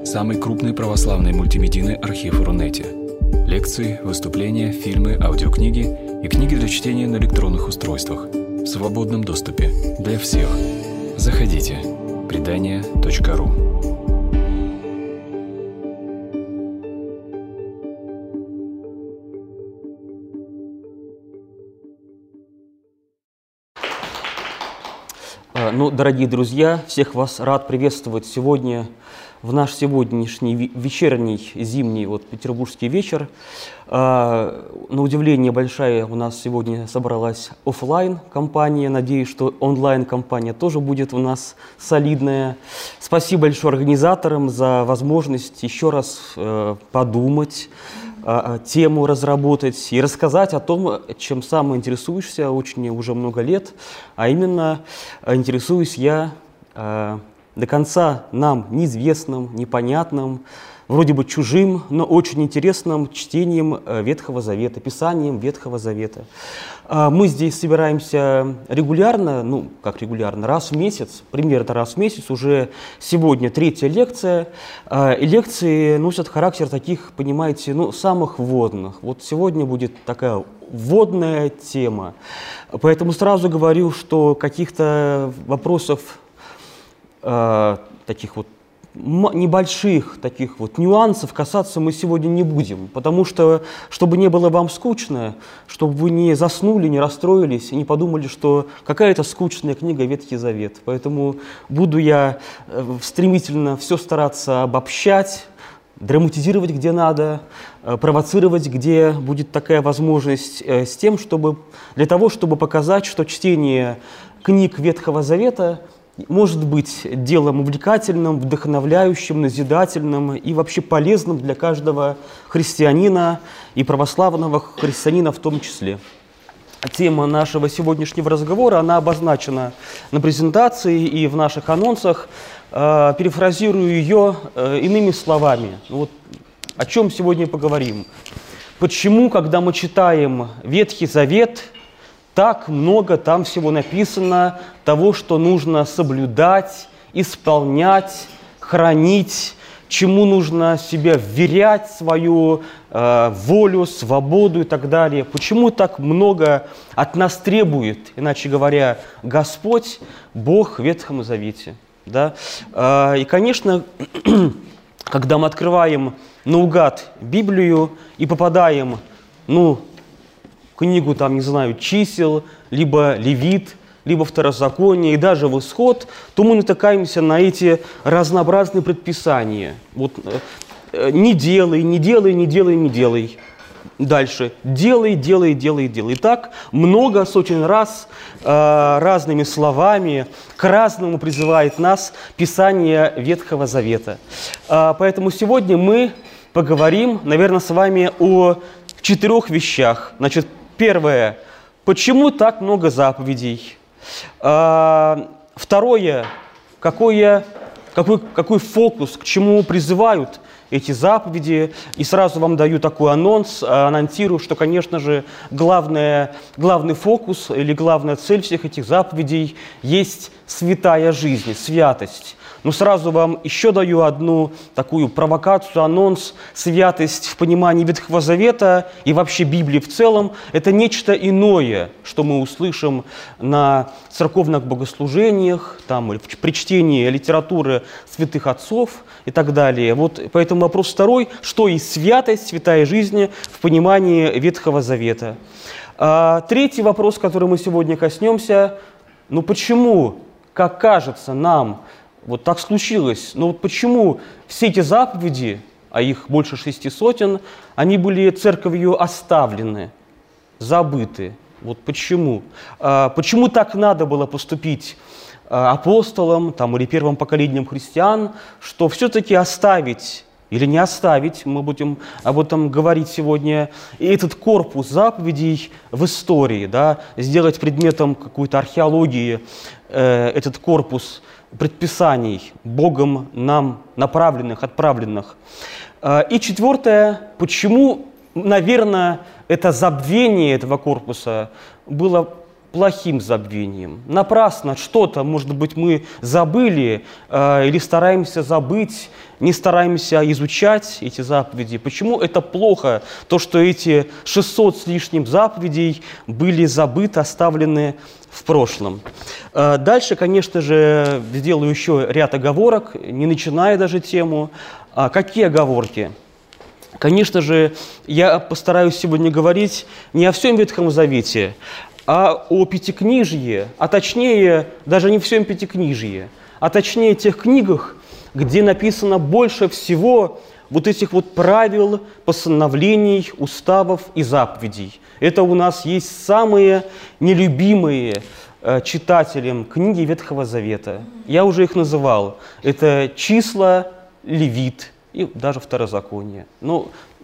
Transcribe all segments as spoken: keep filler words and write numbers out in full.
самый крупный православный мультимедийный архив Рунете. Лекции, выступления, фильмы, аудиокниги и книги для чтения на электронных устройствах в свободном доступе для всех. Заходите. предания точка ру. Ну, дорогие друзья, всех вас рад приветствовать сегодня в наш сегодняшний вечерний зимний вот, петербургский вечер. На удивление большая у нас сегодня собралась офлайн-компания. Надеюсь, что онлайн-компания тоже будет у нас солидная. Спасибо большое организаторам за возможность еще раз подумать, тему разработать и рассказать о том, чем сам интересуешься очень уже много лет, а именно интересуюсь я э, до конца нам неизвестным, непонятным, вроде бы чужим, но очень интересным чтением Ветхого Завета, писанием Ветхого Завета. Мы здесь собираемся регулярно, ну как регулярно, раз в месяц, примерно раз в месяц, уже сегодня третья лекция. И лекции носят характер таких, понимаете, ну самых вводных. Вот сегодня будет такая вводная тема. Поэтому сразу говорю, что каких-то вопросов э, таких вот небольших таких вот нюансов касаться мы сегодня не будем, потому что, чтобы не было вам скучно, чтобы вы не заснули, не расстроились и не подумали, что какая-то скучная книга Ветхий Завет. Поэтому буду я стремительно все стараться обобщать, драматизировать где надо, провоцировать, где будет такая возможность, с тем, чтобы, для того, чтобы показать, что чтение книг Ветхого Завета может быть делом увлекательным, вдохновляющим, назидательным и вообще полезным для каждого христианина и православного христианина в том числе. Тема нашего сегодняшнего разговора, она обозначена на презентации и в наших анонсах. Э, перефразирую ее э, иными словами. Вот о чем сегодня поговорим. Почему, когда мы читаем Ветхий Завет, так много там всего написано того, что нужно соблюдать, исполнять, хранить, чему нужно себя вверять, свою э, волю, свободу и так далее. Почему так много от нас требует, иначе говоря, Господь, Бог в Ветхом Завете? Да? Э, и, конечно, когда мы открываем наугад Библию и попадаем, ну, книгу, там, не знаю, чисел, либо Левит, либо Второзаконие, и даже в Исход, то мы натыкаемся на эти разнообразные предписания. Вот э, не делай, не делай, не делай, не делай. Дальше. Делай, делай, делай, делай. И так много сотен раз э, разными словами к разному призывает нас Писание Ветхого Завета. Э, поэтому сегодня мы поговорим, наверное, с вами о четырех вещах. Значит, первое. Почему так много заповедей? А, второе. Какое, какой, какой фокус, к чему призывают эти заповеди? И сразу вам даю такой анонс, анонсирую, что, конечно же, главное, главный фокус или главная цель всех этих заповедей есть святая жизнь, святость. Но сразу вам еще даю одну такую провокацию, анонс. Святость в понимании Ветхого Завета и вообще Библии в целом – это нечто иное, что мы услышим на церковных богослужениях, там, или при чтении литературы святых отцов и так далее. Вот поэтому вопрос второй – что есть святость, святая жизнь в понимании Ветхого Завета? А, третий вопрос, который мы сегодня коснемся – ну почему, как кажется нам, вот так случилось. Но вот почему все эти заповеди, а их больше шести сотен, они были церковью оставлены, забыты. Вот почему? А, почему так надо было поступить а, апостолам там, или первым поколением христиан, что все-таки оставить или не оставить, мы будем об этом говорить сегодня, и этот корпус заповедей в истории, да, сделать предметом какой-то археологии э, этот корпус предписаний, Богом нам направленных, отправленных. И четвертое, почему, наверное, это забвение этого корпуса было плохим забвением. Напрасно что-то, может быть, мы забыли э, или стараемся забыть, не стараемся изучать эти заповеди. Почему это плохо, то, что эти шестьсот с лишним заповедей были забыты, оставлены в прошлом? Э, дальше, конечно же, сделаю еще ряд оговорок, не начиная даже тему. А какие оговорки? Конечно же, я постараюсь сегодня говорить не о всем Ветхом Завете, а о Пятикнижье, а точнее, даже не всем Пятикнижье, а точнее тех книгах, где написано больше всего вот этих вот правил, постановлений, уставов и заповедей. Это у нас есть самые нелюбимые э, читателям книги Ветхого Завета. Я уже их называл. Это Числа, Левит и даже Второзаконие. Ну,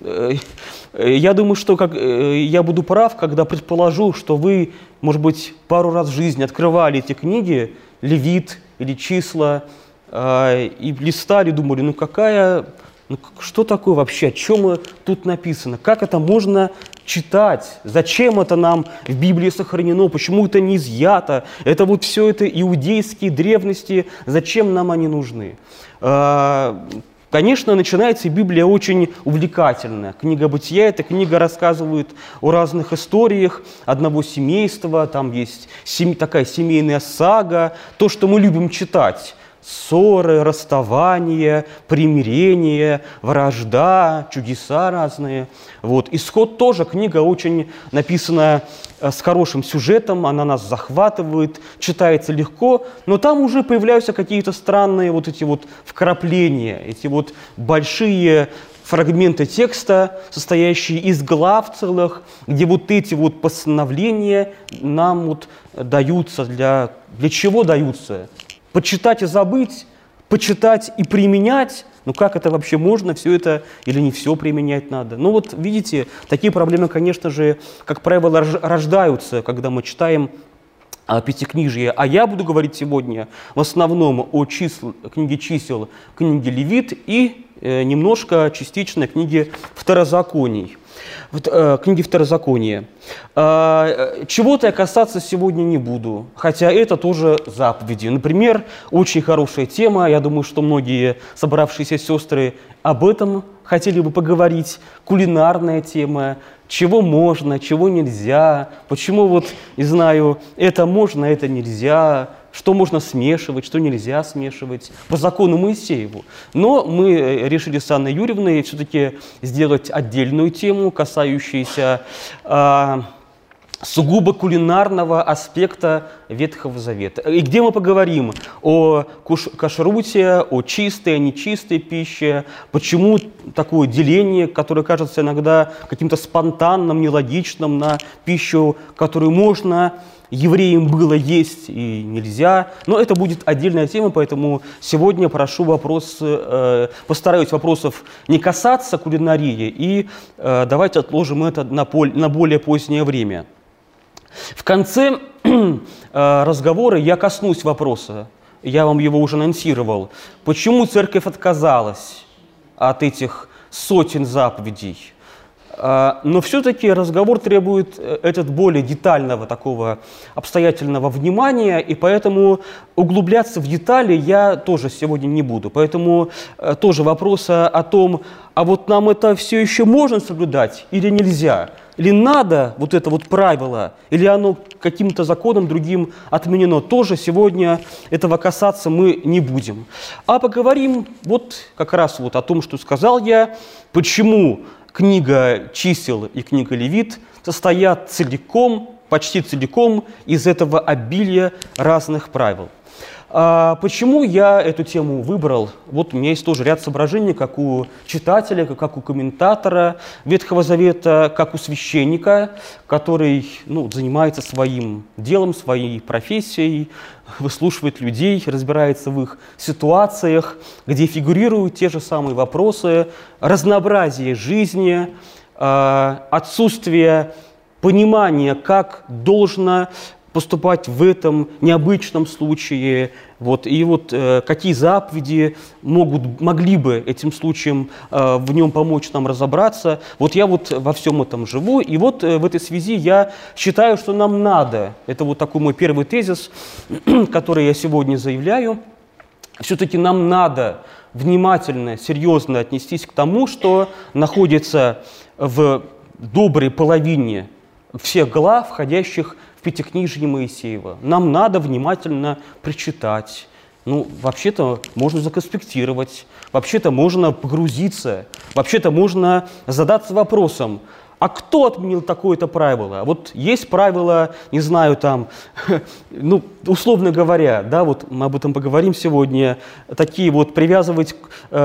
я думаю, что как, я буду прав, когда предположу, что вы, может быть, пару раз в жизни открывали эти книги, Левит или Числа, и листали, думали, ну какая, ну что такое вообще, о чем тут написано, как это можно читать, зачем это нам в Библии сохранено, почему это не изъято, это вот все это иудейские древности, зачем нам они нужны? Конечно, начинается Библия очень увлекательная. Книга Бытия, эта книга рассказывает о разных историях одного семейства, там есть сем... такая семейная сага, то, что мы любим читать. Ссоры, расставания, примирение, вражда, чудеса разные. Вот. Исход тоже книга очень написана с хорошим сюжетом, она нас захватывает, читается легко, но там уже появляются какие-то странные вот эти вот вкрапления, эти вот большие фрагменты текста, состоящие из глав целых, где вот эти вот постановления нам вот даются. Для, для чего даются? Почитать и забыть, почитать и применять. Ну как это вообще можно, все это или не все применять надо? Ну вот видите, такие проблемы, конечно же, как правило, рождаются, когда мы читаем Пятикнижие. А я буду говорить сегодня в основном о числ, книге чисел, книге Левит и э, немножко частично книге Второзаконий. В книге Второзакония. Чего-то я касаться сегодня не буду, хотя это тоже заповеди. Например, очень хорошая тема, я думаю, что многие собравшиеся сестры об этом хотели бы поговорить. Кулинарная тема, чего можно, чего нельзя, почему вот, не знаю, это можно, это нельзя, что можно смешивать, что нельзя смешивать, по закону Моисееву. Но мы решили с Анной Юрьевной все-таки сделать отдельную тему, касающуюся э, сугубо кулинарного аспекта Ветхого Завета. И где мы поговорим о кашруте, о чистой, о нечистой пище, почему такое деление, которое кажется иногда каким-то спонтанным, нелогичным, на пищу, которую можно евреям было есть и нельзя. Но это будет отдельная тема, поэтому сегодня прошу вопрос, э, постараюсь вопросов не касаться кулинарии, и э, давайте отложим это на, поль, на более позднее время. В конце э, разговора я коснусь вопроса, я вам его уже анонсировал, почему церковь отказалась от этих сотен заповедей. Но все-таки разговор требует этот более детального, такого обстоятельного внимания, и поэтому углубляться в детали я тоже сегодня не буду. Поэтому тоже вопрос о том, а вот нам это все еще можно соблюдать или нельзя? Или надо вот это вот правило, или оно каким-то законом другим отменено? Тоже сегодня этого касаться мы не будем. А поговорим вот как раз вот о том, что сказал я, почему книга чисел и книга Левит состоят целиком, почти целиком из этого обилия разных правил. А почему я эту тему выбрал? Вот у меня есть тоже ряд соображений, как у читателя, как у комментатора Ветхого Завета, как у священника, который ну, занимается своим делом, своей профессией, выслушивает людей, разбирается в их ситуациях, где фигурируют те же самые вопросы, разнообразие жизни, отсутствие понимания, как должно поступать в этом необычном случае, вот, и вот э, какие заповеди могут, могли бы этим случаем э, в нем помочь нам разобраться. Вот я вот во всем этом живу, и вот э, в этой связи я считаю, что нам надо, это вот такой мой первый тезис, который я сегодня заявляю, все-таки нам надо внимательно, серьезно отнестись к тому, что находится в доброй половине всех глав, входящих в Пятикнижие Моисеева. Нам надо внимательно прочитать. Ну, вообще-то можно законспектировать, вообще-то можно погрузиться, вообще-то можно задаться вопросом, а кто отменил такое-то правило? Вот есть правило, не знаю, там, ну, условно говоря, да, вот мы об этом поговорим сегодня, такие вот привязывать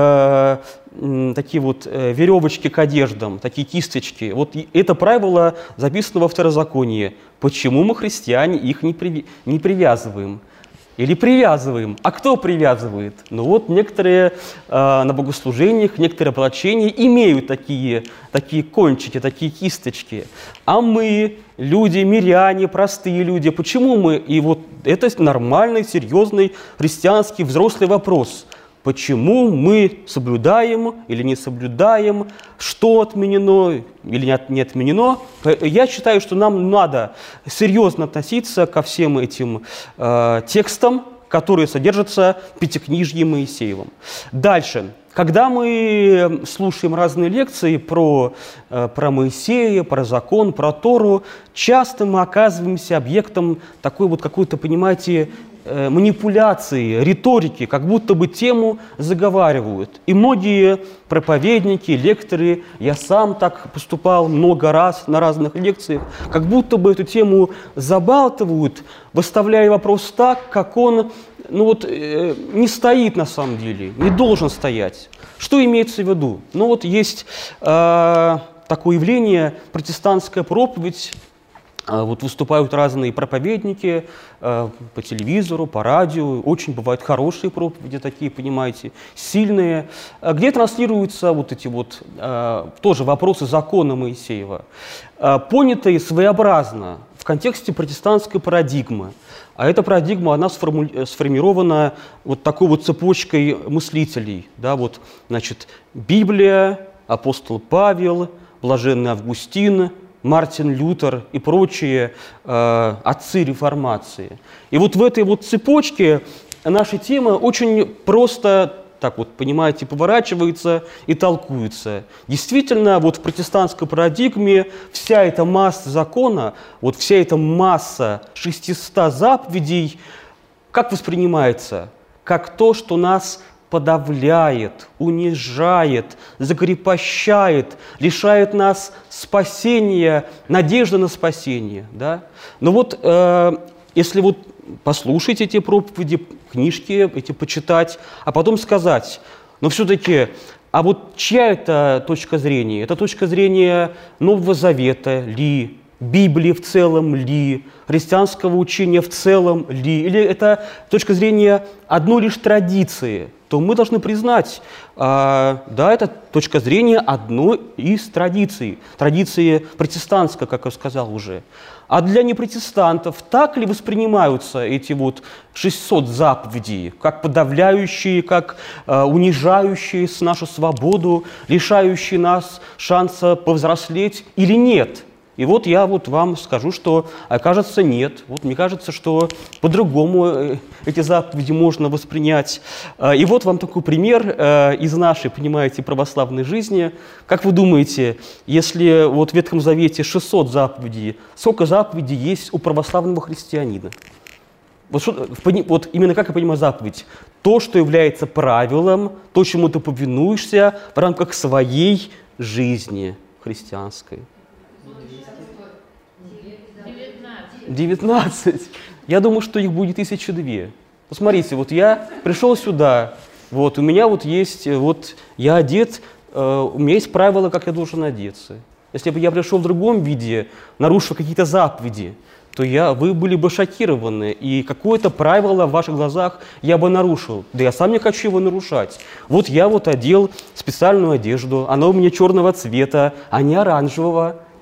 э, такие вот э, веревочки к одеждам, такие кисточки. Вот это правило записано во Второзаконии. Почему мы, христиане, их не, при, не привязываем? Или привязываем. А кто привязывает? Ну вот некоторые э, на богослужениях, некоторые ополчения имеют такие, такие кончики, такие кисточки. А мы, люди, миряне, простые люди, почему мы? И вот это нормальный, серьезный христианский взрослый вопрос. Почему мы соблюдаем или не соблюдаем, что отменено или не отменено? Я считаю, что нам надо серьезно относиться ко всем этим э, текстам, которые содержатся в Пятикнижье Моисеевом. Дальше. Когда мы слушаем разные лекции про, э, про Моисея, про закон, про Тору, часто мы оказываемся объектом такой вот какой-то, понимаете, манипуляции, риторики, как будто бы тему заговаривают. И многие проповедники, лекторы, я сам так поступал много раз на разных лекциях, как будто бы эту тему забалтывают, выставляя вопрос так, как он ну вот, э, не стоит на самом деле, не должен стоять. Что имеется в виду? Ну вот есть э, такое явление, протестантская проповедь. Вот выступают разные проповедники э, по телевизору, по радио. Очень бывают хорошие проповеди такие, понимаете, сильные, где транслируются вот эти вот э, тоже вопросы закона Моисеева, э, понятые своеобразно в контексте протестантской парадигмы. А эта парадигма, она сформу... сформирована вот такой вот цепочкой мыслителей. Да, вот, значит, Библия, апостол Павел, блаженный Августин, Мартин Лютер и прочие э, отцы реформации. И вот в этой вот цепочке наша тема очень просто, так вот, понимаете, поворачивается и толкуется. Действительно, вот в протестантской парадигме вся эта масса закона, вот вся эта масса шестисот заповедей, как воспринимается? Как то, что нас подавляет, унижает, закрепощает, лишает нас спасения, надежды на спасение. Да? Но вот э, если вот послушать эти проповеди, книжки эти почитать, а потом сказать, но все-таки, а вот чья это точка зрения? Это точка зрения Нового Завета ли, Библии в целом ли, христианского учения в целом ли, или это точка зрения одной лишь традиции, то мы должны признать, э, да, это точка зрения одной из традиций, традиции протестантской, как я сказал уже. А для непротестантов так ли воспринимаются эти вот шестьсот заповедей, как подавляющие, как э, унижающие нашу свободу, лишающие нас шанса повзрослеть или нет? И вот я вот вам скажу, что, окажется, нет. Вот мне кажется, что по-другому эти заповеди можно воспринять. И вот вам такой пример из нашей, понимаете, православной жизни. Как вы думаете, если вот в Ветхом Завете шестьсот заповедей, сколько заповедей есть у православного христианина? Вот, что, вот именно как я понимаю заповедь? То, что является правилом, то, чему ты повинуешься в рамках своей жизни христианской. девятнадцать. Я думаю, что их будет тысяча две. Посмотрите, вот я пришел сюда, вот у меня вот есть, вот я одет, э, у меня есть правила, как я должен одеться. Если бы я пришел в другом виде, нарушив какие-то заповеди, то я, вы были бы шокированы, и какое-то правило в ваших глазах я бы нарушил. Да я сам не хочу его нарушать. Вот я вот одел специальную одежду, она у меня черного цвета, а не оранжевого.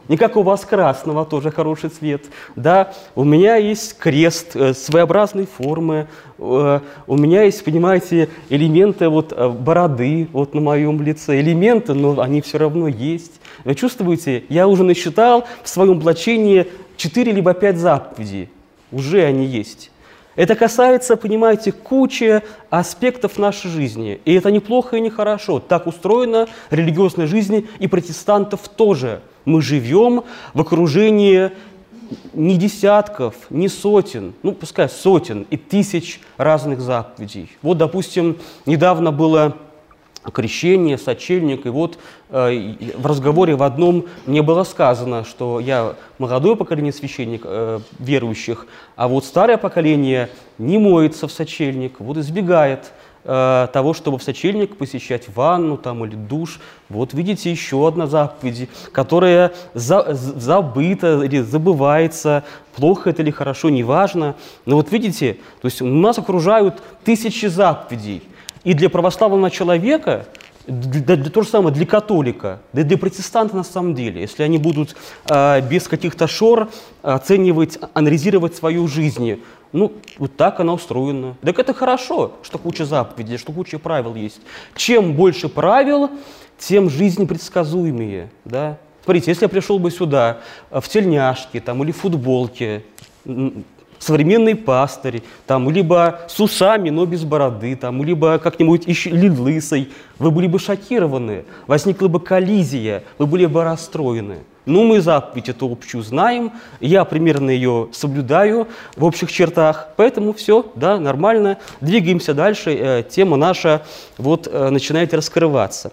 не как у вас красного, тоже хороший цвет. Да? У меня есть крест э, своеобразной формы, э, у меня есть, понимаете, элементы вот, э, бороды вот, на моем лице, элементы, но они все равно есть. Вы чувствуете, я уже насчитал в своем облачении четыре либо пять заповедей, уже они есть. Это касается, понимаете, кучи аспектов нашей жизни. И это неплохо и нехорошо. Так устроена религиозная жизнь и протестантов тоже. Мы живем в окружении не десятков, не сотен, ну, пускай сотен и тысяч разных заповедей. Вот, допустим, недавно было крещение, сочельник, и вот э, в разговоре в одном мне было сказано, что я молодое поколение священник, э, верующих, а вот старое поколение не моется в сочельник, вот избегает э, того, чтобы в сочельник посещать ванну там, или душ. Вот видите, еще одна заповедь, которая за, забыта или забывается, плохо это или хорошо, неважно. Но вот видите, то есть нас окружают тысячи заповедей. И для православного человека, для, для, то же самое для католика, да и для протестанта на самом деле, если они будут э, без каких-то шор оценивать, анализировать свою жизнь, ну, вот так она устроена. Так это хорошо, что куча заповедей, что куча правил есть. Чем больше правил, тем жизнь предсказуемее. Да? Смотрите, если я пришел бы сюда в тельняшке там, или в футболке, современный пастырь, там, либо с усами, но без бороды, там, либо как-нибудь еще лысый, вы были бы шокированы, возникла бы коллизия, вы были бы расстроены. Ну, мы заповедь эту общую знаем, я примерно ее соблюдаю в общих чертах, поэтому все, да, нормально, двигаемся дальше, э, тема наша вот э, начинает раскрываться.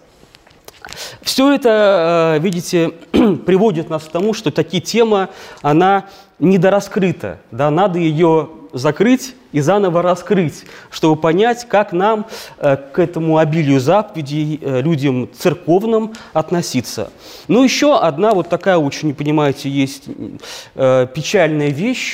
Все это, видите, приводит нас к тому, что такие темы, она недораскрыта, да, надо ее закрыть и заново раскрыть, чтобы понять, как нам к этому обилию заповедей, людям церковным относиться. Ну, еще одна вот такая очень, понимаете, есть печальная вещь.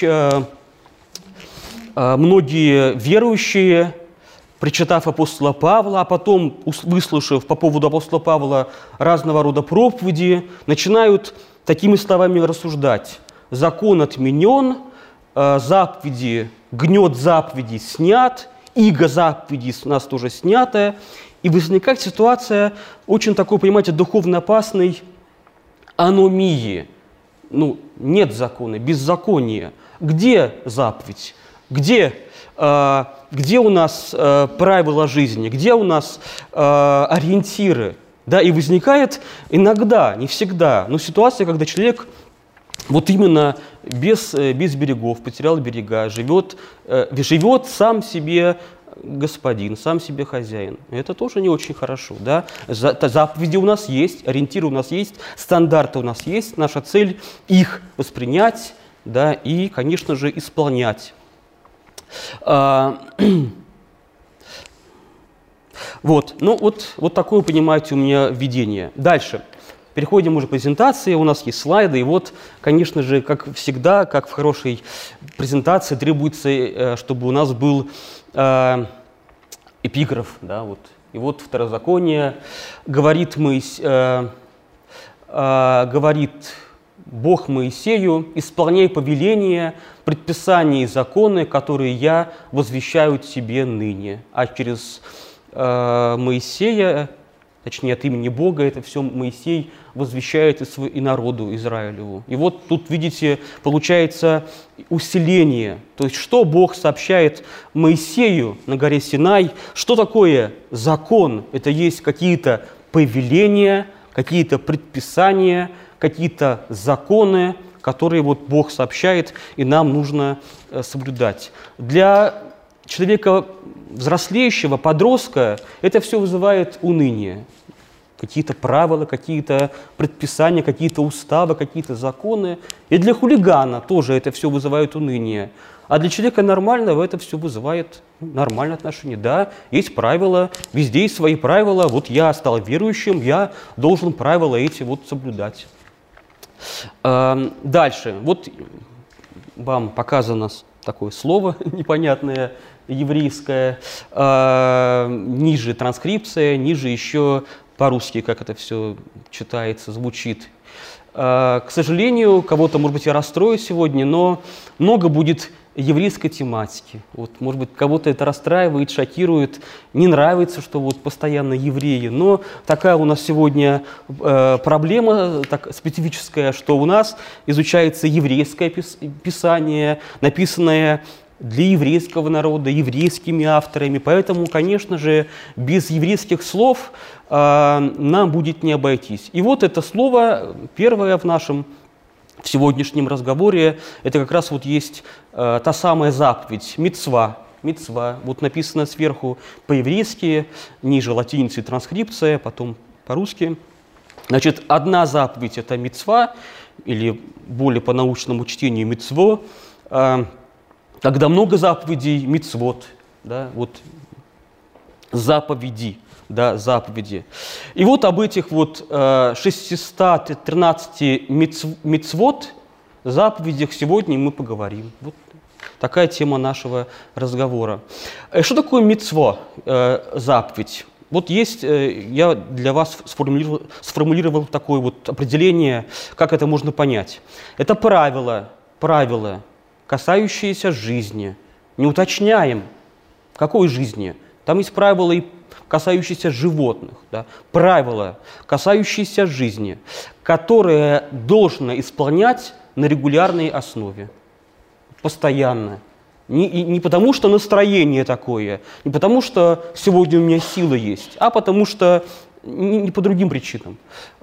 Многие верующие, прочитав апостола Павла, а потом, выслушав по поводу апостола Павла разного рода проповеди, начинают такими словами рассуждать. Закон отменен, заповеди, гнет заповеди снят, иго заповеди у нас тоже снято. И возникает ситуация очень такой, понимаете, духовно опасной аномии. Ну, нет закона, беззакония. Где заповедь? Где Где у нас э, правила жизни, где у нас э, ориентиры. Да, и возникает иногда, не всегда, но ситуация, когда человек вот именно без, без берегов, потерял берега, живет, э, живет сам себе господин, сам себе хозяин. Это тоже не очень хорошо. Да? Заповеди у нас есть, ориентиры у нас есть, стандарты у нас есть. Наша цель их воспринять, да, и, конечно же, исполнять. Вот, ну вот, вот такое, понимаете, у меня введение. Дальше. Переходим уже к презентации, у нас есть слайды, и вот, конечно же, как всегда, как в хорошей презентации, требуется, чтобы у нас был э, эпиграф, да, вот. И вот Второзаконие говорит, Моис, э, э, говорит Бог Моисею: исполняй повеления, предписания и законы, которые я возвещаю тебе ныне. А через э, Моисея, точнее от имени Бога, это все Моисей возвещает и, свой, и народу Израилеву. И вот тут, видите, получается усиление. То есть что Бог сообщает Моисею на горе Синай? Что такое закон? Это есть какие-то повеления, какие-то предписания, какие-то законы, которые вот Бог сообщает, и нам нужно э, соблюдать. Для человека взрослеющего, подростка, это все вызывает уныние. Какие-то правила, какие-то предписания, какие-то уставы, какие-то законы. И для хулигана тоже это все вызывает уныние. А для человека нормального это все вызывает нормальное отношение. Да, есть правила, везде есть свои правила. Вот я стал верующим, я должен правила эти вот соблюдать. Дальше. Вот вам показано такое слово непонятное, еврейское. Ниже транскрипция, ниже еще по-русски, как это все читается, звучит. К сожалению, кого-то, может быть, я расстрою сегодня, но много будет еврейской тематики. Вот, может быть, кого-то это расстраивает, шокирует, не нравится, что вот постоянно евреи. Но такая у нас сегодня э, проблема так, специфическая, что у нас изучается еврейское пис писание, написанное для еврейского народа, еврейскими авторами. Поэтому, конечно же, без еврейских слов э, нам будет не обойтись. И вот это слово первое в нашем в сегодняшнем разговоре, это как раз вот есть э, та самая заповедь, мицва. Мицва, вот написано сверху по-еврейски, ниже латиницей транскрипция, потом по-русски. Значит, одна заповедь – это мицва, или более по научному чтению мицво. Э, когда много заповедей – мицвот, да, вот заповеди. Да, заповеди. И вот об этих вот э, шестистах тринадцати мицвот, заповедях сегодня мы поговорим. Вот такая тема нашего разговора. Что такое мицво, э, заповедь? Вот есть, э, я для вас сформулировал, сформулировал такое вот определение, как это можно понять. Это правило, правило, касающееся жизни. Не уточняем, какой жизни. Там есть правила и касающиеся животных, да, правила, касающиеся жизни, которые должно исполнять на регулярной основе, постоянно. Не, не потому, что настроение такое, не потому, что сегодня у меня сила есть, а потому что не, не по другим причинам.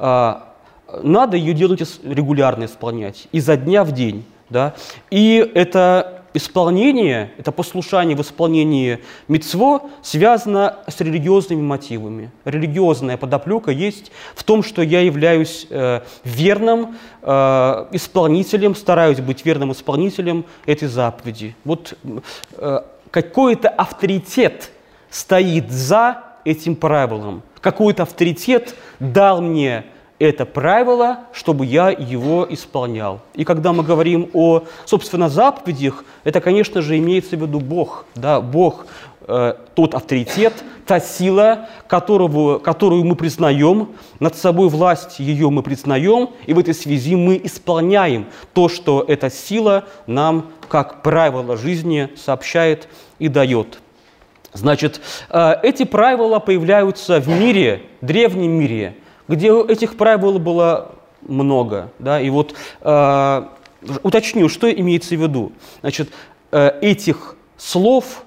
А, надо ее делать регулярно исполнять, изо дня в день. Да? И это исполнение, это послушание в исполнении мицво связано с религиозными мотивами. Религиозная подоплека есть в том, что я являюсь э, верным э, исполнителем, стараюсь быть верным исполнителем этой заповеди. Вот э, какой-то авторитет стоит за этим правилом. Какой-то авторитет дал мне это правило, чтобы я его исполнял. И когда мы говорим о, собственно, заповедях, это, конечно же, имеется в виду Бог. Да? Бог э, тот авторитет, та сила, которого, которую мы признаем, над собой власть ее мы признаем, и в этой связи мы исполняем то, что эта сила нам, как правило жизни, сообщает и дает. Значит, э, эти правила появляются в мире, древнем мире, где этих правил было много. Да? И вот э, уточню, что имеется в виду. Значит, э, этих слов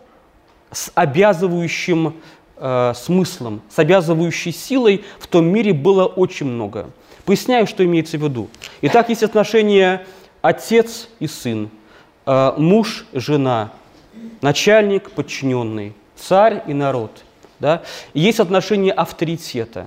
с обязывающим э, смыслом, с обязывающей силой в том мире было очень много. Поясняю, что имеется в виду. Итак, есть отношения отец и сын, э, муж, жена, начальник, подчиненный, царь и народ. Да? И есть отношения авторитета.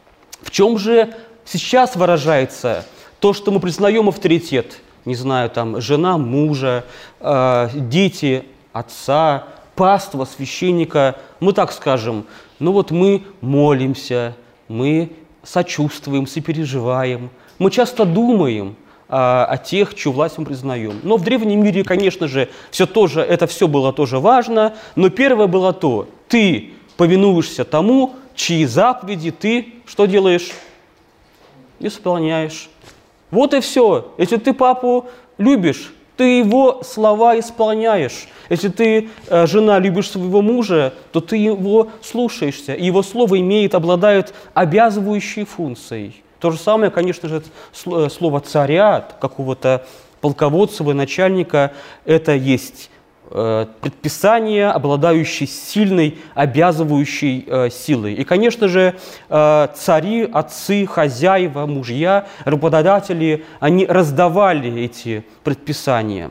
В чем же сейчас выражается то, что мы признаем авторитет? Не знаю, там, жена мужа, э, дети отца, паства, священника. Мы так скажем, ну вот мы молимся, мы сочувствуем, сопереживаем. Мы часто думаем э, о тех, чью власть мы признаем. Но в древнем мире, конечно же, все тоже, это все было тоже важно. Но первое было то, ты повинуешься тому, чьи заповеди ты что делаешь? Исполняешь. Вот и все. Если ты папу любишь, ты его слова исполняешь. Если ты, э, жена, любишь своего мужа, то ты его слушаешься. И его слово имеет, обладает обязывающей функцией. То же самое, конечно же, слово царя, какого-то полководца, начальника, это есть предписание, обладающее сильной, обязывающей э, силой. И, конечно же, э, цари, отцы, хозяева, мужья, работодатели, они раздавали эти предписания.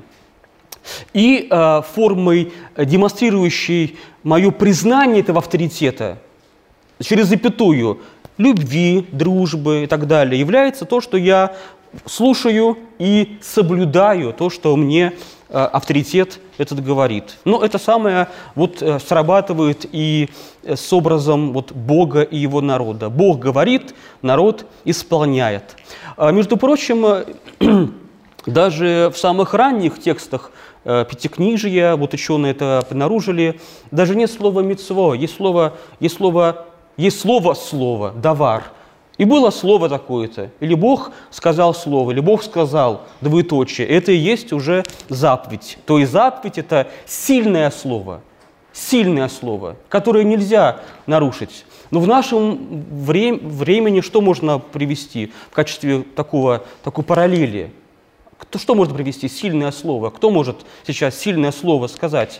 И э, формой, демонстрирующей мое признание этого авторитета, через запятую, любви, дружбы и так далее, является то, что я слушаю и соблюдаю то, что мне э, авторитет этот говорит. Но это самое вот, э, срабатывает и с образом вот, Бога и его народа. Бог говорит, народ исполняет. А, между прочим, э, даже в самых ранних текстах э, Пятикнижия, вот ученые это обнаружили, даже нет слова «мицво», есть слово, есть слово, есть слово «слово», «давар». И было слово такое-то, или Бог сказал слово, или Бог сказал, двоеточие. Это и есть уже заповедь. То есть заповедь – это сильное слово, сильное слово, которое нельзя нарушить. Но в нашем вре- времени что можно привести в качестве такого, такой параллели? Кто, что можно привести? Сильное слово. Кто может сейчас сильное слово сказать?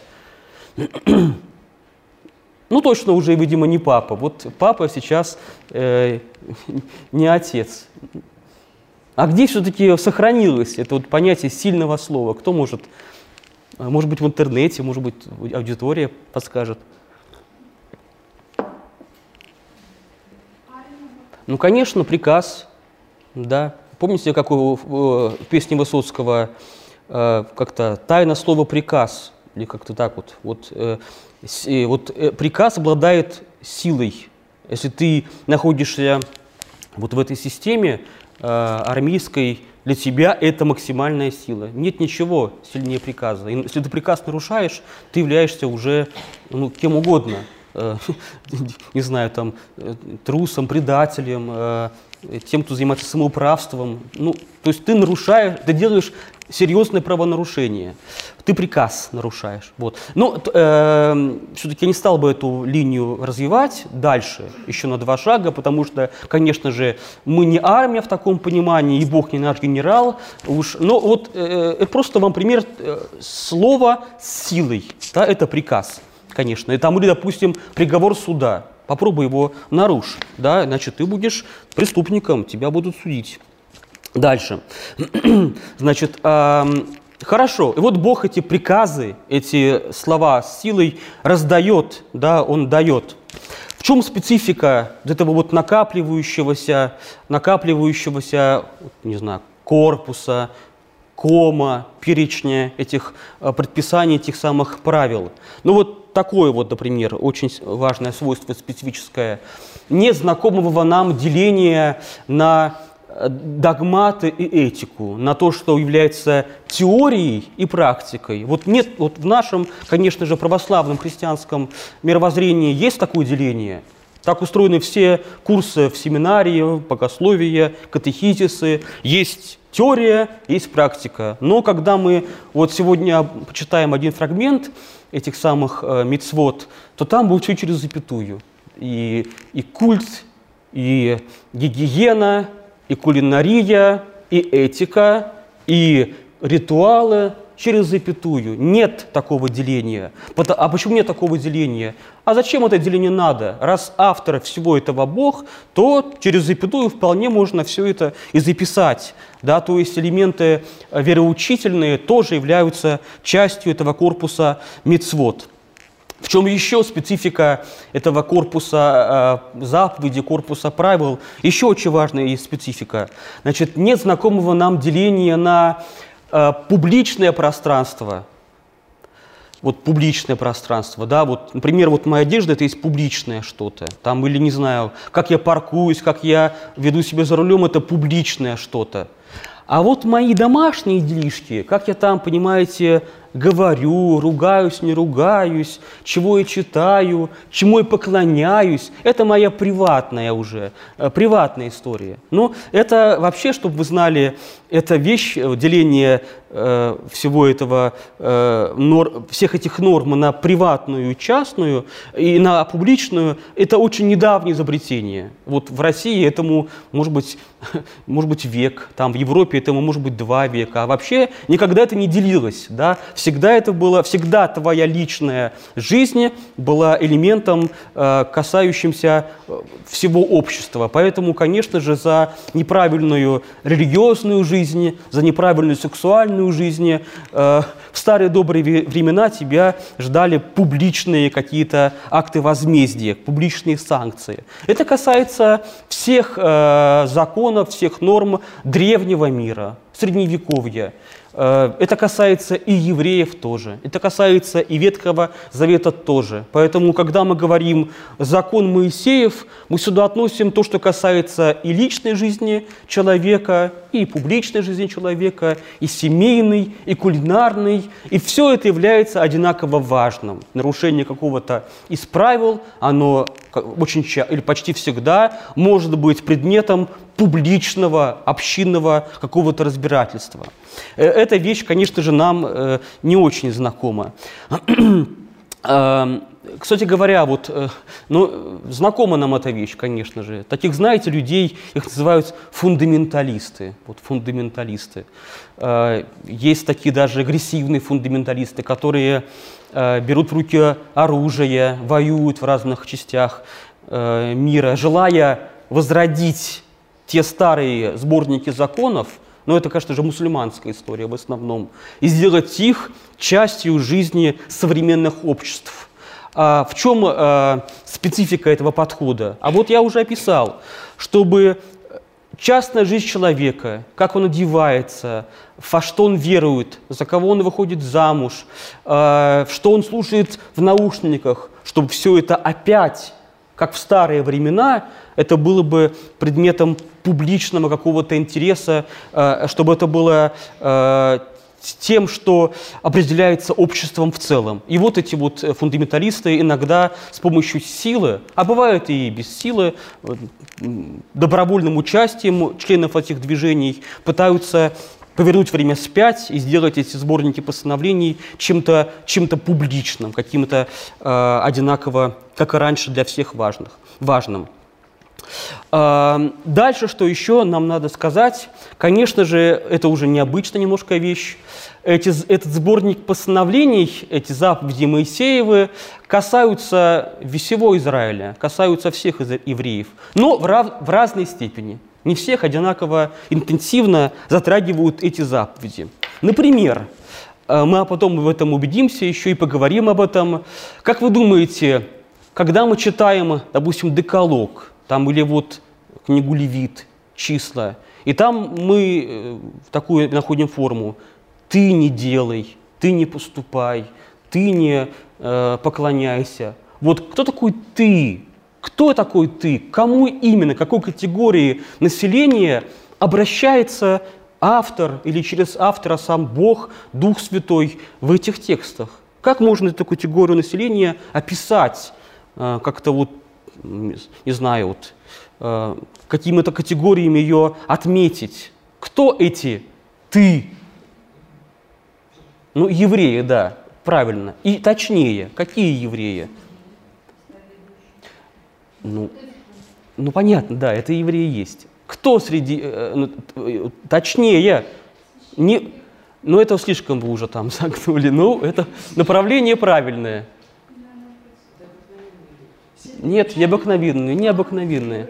Ну, точно уже, видимо, не папа. Вот папа сейчас э, не отец. А где все-таки сохранилось это вот понятие сильного слова? Кто может? Может быть, в интернете, может быть, аудитория подскажет. Ну, конечно, приказ. Да. Помните, как в песне Высоцкого э, как-то «тайна слова приказ», или как-то так вот. Вот, э, с, вот э, приказ обладает силой. Если ты находишься вот в этой системе э, армейской, для тебя это максимальная сила. Нет ничего сильнее приказа. И если ты приказ нарушаешь, ты являешься уже ну, кем угодно. Э, не знаю, там, трусом, предателем, э, тем, кто занимается самоуправством. Ну, то есть ты нарушаешь, ты делаешь серьезное правонарушение. Ты приказ нарушаешь. Вот. Но э, все-таки я не стал бы эту линию развивать дальше, еще на два шага, потому что, конечно же, мы не армия в таком понимании, и Бог не наш генерал. Уж. Но вот э, это просто вам пример э, слова с силой. Да, это приказ, конечно. И там, или, допустим, приговор суда. Попробуй его нарушь, да, значит, ты будешь преступником, тебя будут судить. Дальше. Значит, э, хорошо, и вот Бог эти приказы, эти слова с силой раздает, да, Он дает. В чем специфика этого вот накапливающегося, накапливающегося, не знаю, корпуса, кома, перечня этих э, предписаний, этих самых правил? Ну вот такое вот, например, очень важное свойство специфическое. Нет знакомого нам деления на догматы и этику, на то, что является теорией и практикой. Вот нет, вот в нашем, конечно же, православном христианском мировоззрении есть такое деление. Так устроены все курсы в семинарии, богословие, катехизисы. Есть теория, есть практика. Но когда мы вот сегодня почитаем один фрагмент этих самых э, мицвот, то там будет все через запятую. И, и культ, и гигиена, и кулинария, и этика, и ритуалы через запятую. Нет такого деления. А почему нет такого деления? А зачем это деление надо? Раз автор всего этого Бог, то через запятую вполне можно все это и записать. Да? То есть элементы вероучительные тоже являются частью этого корпуса мицвот. В чем еще специфика этого корпуса э, заповедей, корпуса правил? Еще очень важная и специфика. Значит, нет знакомого нам деления на э, публичное пространство. Вот публичное пространство, да, вот, например, вот моя одежда – это есть публичное что-то. Там, или, не знаю, как я паркуюсь, как я веду себя за рулем – это публичное что-то. А вот мои домашние делишки, как я там, понимаете, говорю, ругаюсь, не ругаюсь, чего я читаю, чему я поклоняюсь, это моя приватная уже, э, приватная история. Но это вообще, чтобы вы знали, это вещь, деление э, всего этого, э, нор, всех этих норм на приватную и частную и на публичную, это очень недавнее изобретение. Вот в России этому может быть, может быть век, там в Европе этому может быть два века, а вообще никогда это не делилось, да? Всегда это было, всегда твоя личная жизнь была элементом, э, касающимся всего общества. Поэтому, конечно же, за неправильную религиозную жизнь, за неправильную сексуальную жизнь э, в старые добрые времена тебя ждали публичные какие-то акты возмездия, публичные санкции. Это касается всех э, законов, всех норм древнего мира, средневековья. Это касается и евреев тоже, это касается и Ветхого Завета тоже. Поэтому, когда мы говорим «закон Моисеев», мы сюда относим то, что касается и личной жизни человека, и публичной жизни человека, и семейной, и кулинарной. И все это является одинаково важным. Нарушение какого-то из правил, оно очень часто или почти всегда может быть предметом публичного, общинного какого-то разбирательства. Эта вещь, конечно же, нам не очень знакома. Кстати говоря, вот, ну, знакома нам эта вещь, конечно же. Таких, знаете, людей, их называют фундаменталисты. Вот, фундаменталисты. Есть такие даже агрессивные фундаменталисты, которые берут в руки оружие, воюют в разных частях мира, желая возродить те старые сборники законов, но это, конечно же, мусульманская история в основном, и сделать их частью жизни современных обществ. А в чем а, специфика этого подхода? А вот я уже описал, чтобы частная жизнь человека, как он одевается, во что он верует, за кого он выходит замуж, а, что он слушает в наушниках, чтобы все это опять, как в старые времена, это было бы предметом публичного какого-то интереса, а, чтобы это было а, тем, что определяется обществом в целом. И вот эти вот фундаменталисты иногда с помощью силы, а бывает и без силы, добровольным участием членов этих движений пытаются повернуть время вспять и сделать эти сборники постановлений чем-то чем-то публичным, каким-то э, одинаково, как и раньше, для всех важных, важным. Дальше, что еще нам надо сказать, конечно же, это уже необычная немножко вещь. Эти, этот сборник постановлений, эти заповеди Моисеевы касаются всего Израиля, касаются всех евреев, но в, рав, в разной степени. Не всех одинаково интенсивно затрагивают эти заповеди. Например, мы потом в этом убедимся еще и поговорим об этом. Как вы думаете, когда мы читаем, допустим, Декалог, там или вот книгу Левит, числа, и там мы такую находим форму: ты не делай, ты не поступай, ты не э, поклоняйся. Вот кто такой ты? Кто такой ты? К кому именно, к какой категории населения обращается автор или через автора сам Бог, Дух Святой в этих текстах? Как можно эту категорию населения описать э, как-то вот, не знаю, вот, э, какими-то категориями ее отметить? Кто эти «ты»? Ну, евреи, да, правильно. И точнее, какие евреи? Ну, ну понятно, да, это евреи есть. Кто среди... Э, э, точнее, не, ну, это слишком вы уже там загнули. Ну, это направление правильное. Нет, необыкновенные, необыкновенные.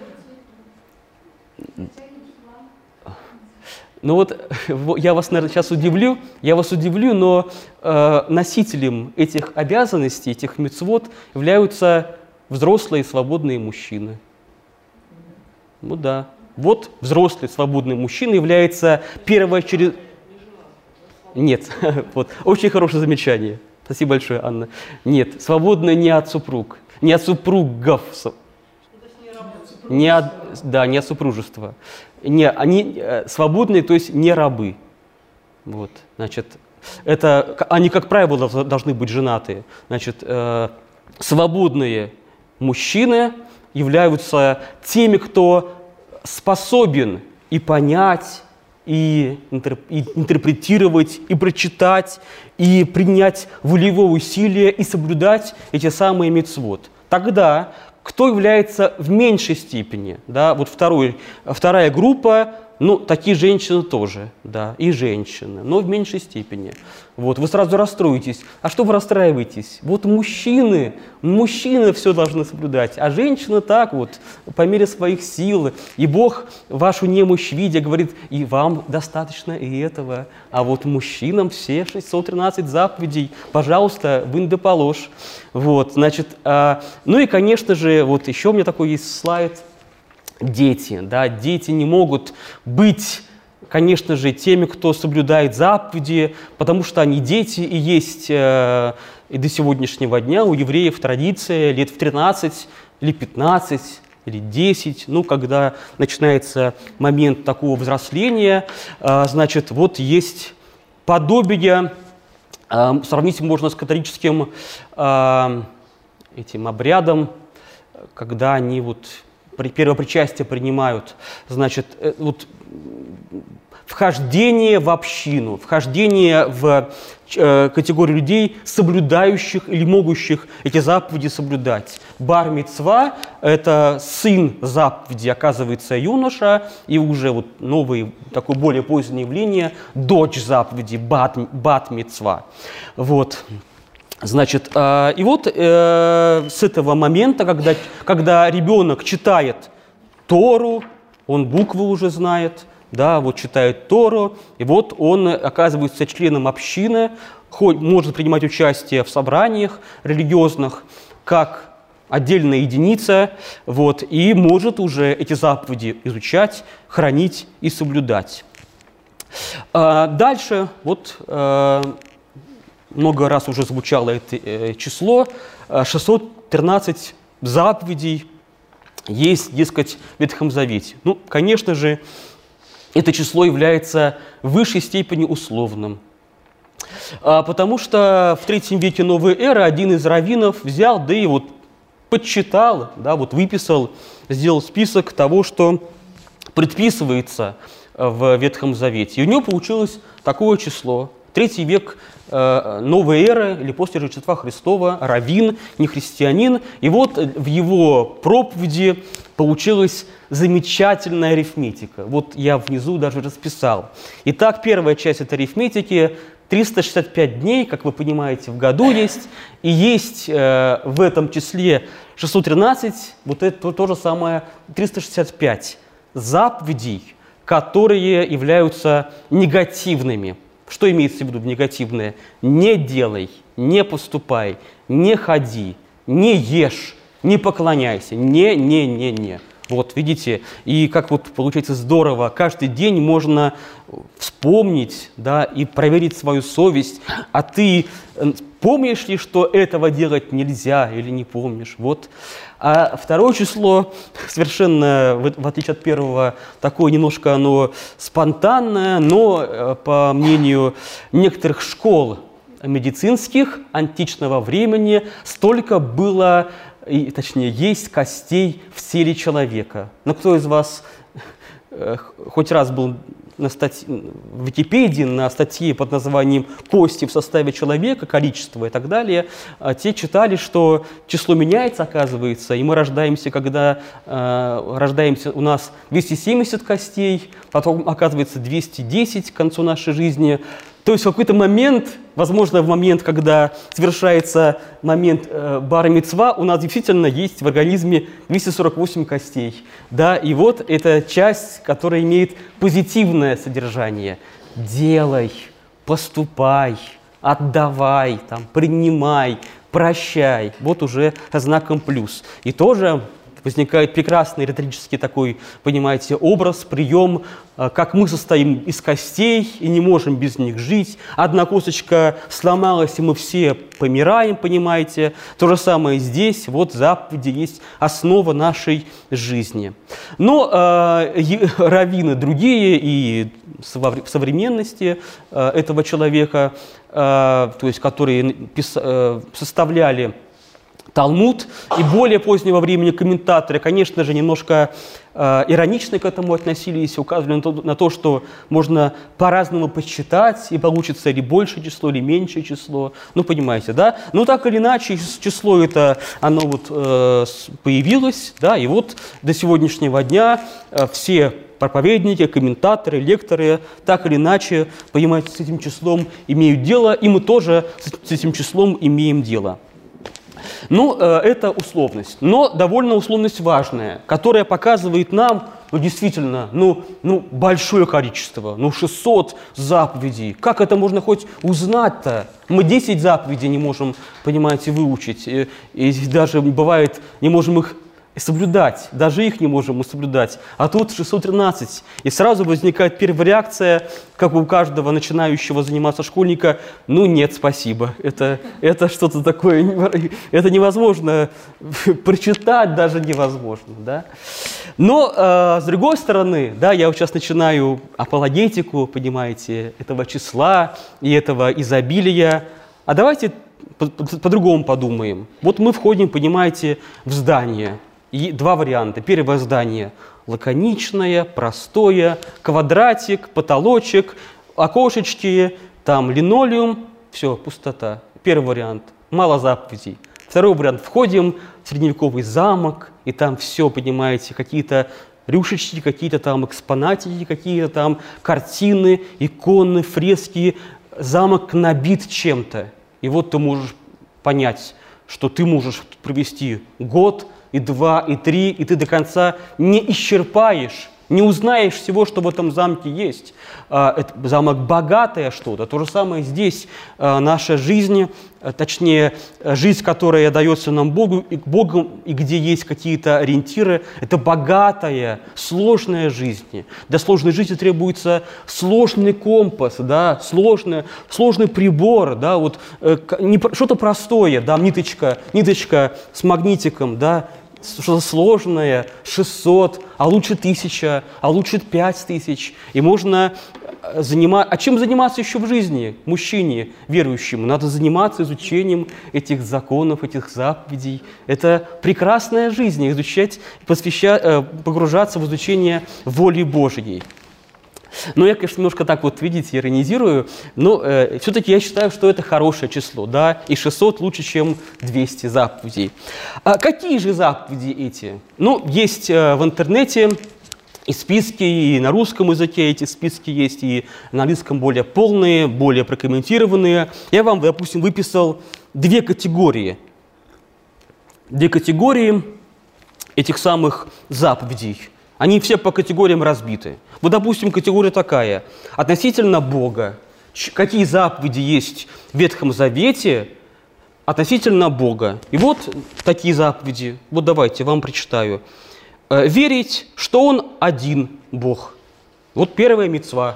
Ну вот, я вас, наверное, сейчас удивлю, я вас удивлю, но э, носителем этих обязанностей, этих мицвот являются взрослые свободные мужчины. Ну да. Вот взрослый свободный мужчина является первоочередным... Нет, вот, очень хорошее замечание. Спасибо большое, Анна. Нет, свободный не от супруг, не от супругов. Не от, да, не от супружества. Не, они свободные, то есть не рабы. Вот, значит, это, они, как правило, должны быть женатые. Значит, э, свободные мужчины являются теми, кто способен и понять, и, интерп, и интерпретировать, и прочитать, и принять волевое усилие, и соблюдать эти самые мицвот. Тогда кто является в меньшей степени, да, вот второй, вторая группа, ну, такие женщины тоже, да, и женщины, но в меньшей степени. Вот, вы сразу расстроитесь. А что вы расстраиваетесь? Вот мужчины, мужчины все должны соблюдать, а женщины так вот, по мере своих сил. И Бог вашу немощь видя говорит: и вам достаточно и этого, а вот мужчинам все шестьсот тринадцать заповедей, пожалуйста, вынь да положь. Вот, значит, а, ну и, конечно же, вот еще у меня такой есть слайд. Дети, да, дети не могут быть, конечно же, теми, кто соблюдает заповеди, потому что они дети, и есть э, и до сегодняшнего дня у евреев традиция лет в тринадцать или пятнадцать или десять, ну, когда начинается момент такого взросления, э, значит, вот есть подобие, э, сравнить можно с католическим э, этим обрядом, когда они вот первопричастие принимают, значит, вот вхождение в общину, вхождение в э, категорию людей, соблюдающих или могущих эти заповеди соблюдать. Бар-мицва – это сын заповеди, оказывается, юноша, и уже вот новое, такое более позднее явление – дочь заповеди, бат-мицва. Вот. Значит, э, и вот э, с этого момента, когда, когда ребенок читает Тору, он буквы уже знает, да, вот читает Тору, и вот он оказывается членом общины, хоть, может принимать участие в собраниях религиозных, как отдельная единица, вот, и может уже эти заповеди изучать, хранить и соблюдать. А дальше, вот, э, много раз уже звучало это э, число, шестьсот тринадцать заповедей есть, дескать, в Ветхом Завете. Ну, конечно же, это число является в высшей степени условным. А, потому что в третьем веке новой эры один из раввинов взял, да и вот подсчитал, да, вот выписал, сделал список того, что предписывается в Ветхом Завете. И у него получилось такое число. Третий век э, новой эры, или после Рождества Христова, раввин, не христианин. И вот в его проповеди получилась замечательная арифметика. Вот я внизу даже расписал. Итак, первая часть этой арифметики – триста шестьдесят пять дней, как вы понимаете, в году есть. И есть э, в этом числе шестьсот тринадцать, вот это то, то же самое, триста шестьдесят пять заповедей, которые являются негативными. Что имеется в виду негативное? Не делай, не поступай, не ходи, не ешь, не поклоняйся, не, не, не, не. Вот, видите, и как вот получается здорово, каждый день можно вспомнить, да, и проверить свою совесть, а ты помнишь ли, что этого делать нельзя или не помнишь, вот. А второе число, совершенно, в отличие от первого, такое немножко оно спонтанное, но, по мнению некоторых школ медицинских античного времени, столько было, и, точнее, есть костей в теле человека. Но кто из вас э, хоть раз был на статье, в Википедии на статье под названием «Кости в составе человека», количество и так далее, э, те читали, что число меняется, оказывается, и мы рождаемся, когда э, рождаемся, у нас двести семьдесят костей, потом, оказывается, двести десять к концу нашей жизни. То есть в какой-то момент, возможно, в момент, когда совершается момент э, бар-мицва, у нас действительно есть в организме двести сорок восемь костей. Да? И вот эта часть, которая имеет позитивное содержание. Делай, поступай, отдавай, там, принимай, прощай. Вот уже знаком плюс. И тоже возникает прекрасный риторический такой, понимаете, образ, прием, как мы состоим из костей и не можем без них жить. Одна косточка сломалась, и мы все помираем, понимаете. То же самое здесь, вот заповеди есть основа нашей жизни. Но э, раввины другие и в современности э, этого человека, э, то есть которые пис, э, составляли Талмуд и более позднего времени комментаторы, конечно же, немножко э, иронично к этому относились, указывали на то, на то, что можно по-разному посчитать, и получится или большее число, или меньшее число. Ну, понимаете, да? Но так или иначе, число это, оно вот э, появилось, да, и вот до сегодняшнего дня э, все проповедники, комментаторы, лекторы, так или иначе, понимаете, с этим числом имеют дело, и мы тоже с этим числом имеем дело. Ну, это условность, но довольно условность важная, которая показывает нам, ну, действительно, ну, ну, большое количество, ну, шестьсот заповедей. Как это можно хоть узнать-то? Мы десять заповедей не можем, понимаете, выучить, и, и даже, бывает, не можем их соблюдать, даже их не можем мы соблюдать, а тут шестьсот тринадцать. И сразу возникает первая реакция, как у каждого начинающего заниматься школьника: ну нет, спасибо, это, это что-то такое, это невозможно прочитать, даже невозможно. Да? Но, э, с другой стороны, да, я вот сейчас начинаю апологетику, понимаете, этого числа и этого изобилия, а давайте по-другому подумаем. Вот мы входим, понимаете, в здание. И два варианта. Первое здание лаконичное, простое, квадратик, потолочек, окошечки, там линолеум, все, пустота. Первый вариант. Мало заповедей. Второй вариант. Входим в средневековый замок, и там все, понимаете, какие-то рюшечки, какие-то там экспонатики, какие-то там картины, иконы, фрески. Замок набит чем-то. И вот ты можешь понять, что ты можешь провести год, и два, и три, и ты до конца не исчерпаешь, не узнаешь всего, что в этом замке есть. Это замок богатое что-то. То же самое здесь. Наша жизнь, точнее, жизнь, которая дается нам Богу, и Богом, и где есть какие-то ориентиры, это богатая, сложная жизнь. Для сложной жизни требуется сложный компас, да, сложный, сложный прибор, да, вот, что-то простое, да, ниточка, ниточка с магнитиком, да, что-то сложное, шестьсот, а лучше тысяча, а лучше пять тысяч. И можно заниматься... А чем заниматься еще в жизни мужчине верующему? Надо заниматься изучением этих законов, этих заповедей. Это прекрасная жизнь, изучать, посвящать, погружаться в изучение воли Божьей. Но я, конечно, немножко так вот, видите, иронизирую, но э, все-таки я считаю, что это хорошее число, да, и шестьсот лучше, чем двести заповедей. А какие же заповеди эти? Ну, есть э, в интернете и списки, и на русском языке эти списки есть, и на английском более полные, более прокомментированные. Я вам, допустим, выписал две категории. Две категории этих самых заповедей. Они все по категориям разбиты. Вот, допустим, категория такая. Относительно Бога. Какие заповеди есть в Ветхом Завете относительно Бога? И вот такие заповеди. Вот давайте, вам прочитаю. Верить, что Он один Бог. Вот первая мицва.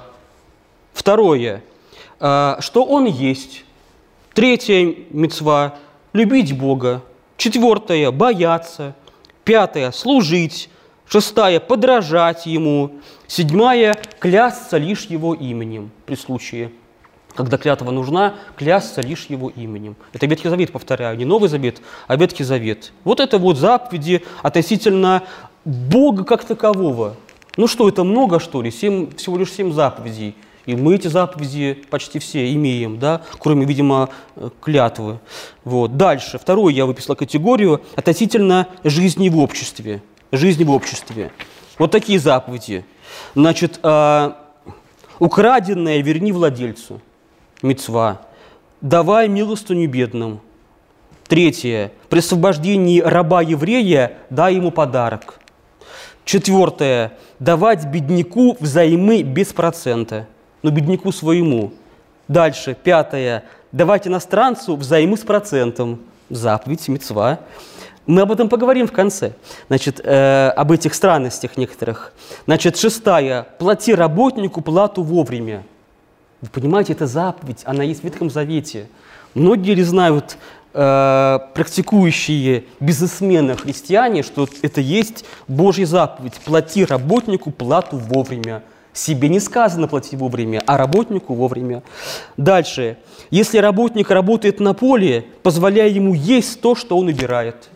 Второе, что Он есть. Третья мицва – любить Бога. Четвертое – бояться. Пятое – служить. Шестая – подражать Ему. Седьмая – клясться лишь Его именем. При случае, когда клятва нужна, клясться лишь Его именем. Это Ветхий Завет, повторяю, не Новый Завет, а Ветхий Завет. Вот это вот заповеди относительно Бога как такового. Ну что, это много, что ли? Семь, всего лишь семь заповедей. И мы эти заповеди почти все имеем, да, кроме, видимо, клятвы. Вот. Дальше. Вторую я выписал категорию относительно жизни в обществе. Жизни в обществе. Вот такие заповеди. Значит, э, украденное верни владельцу. Мицва. Давай милостыню бедным. Третье. При освобождении раба-еврея дай ему подарок. Четвертое. Давать бедняку взаймы без процента. Но бедняку своему. Дальше. Пятое. Давать иностранцу взаймы с процентом. Заповедь, мицва. Мы об этом поговорим в конце, значит, э, об этих странностях некоторых. Значит, шестая. Плати работнику плату вовремя. Вы понимаете, это заповедь, она есть в Ветхом Завете. Многие ли знают, э, практикующие бизнесмены, христиане, что это есть Божья заповедь. Плати работнику плату вовремя. Себе не сказано платить вовремя, а работнику вовремя. Дальше. Если работник работает на поле, позволяй ему есть то, что он убирает.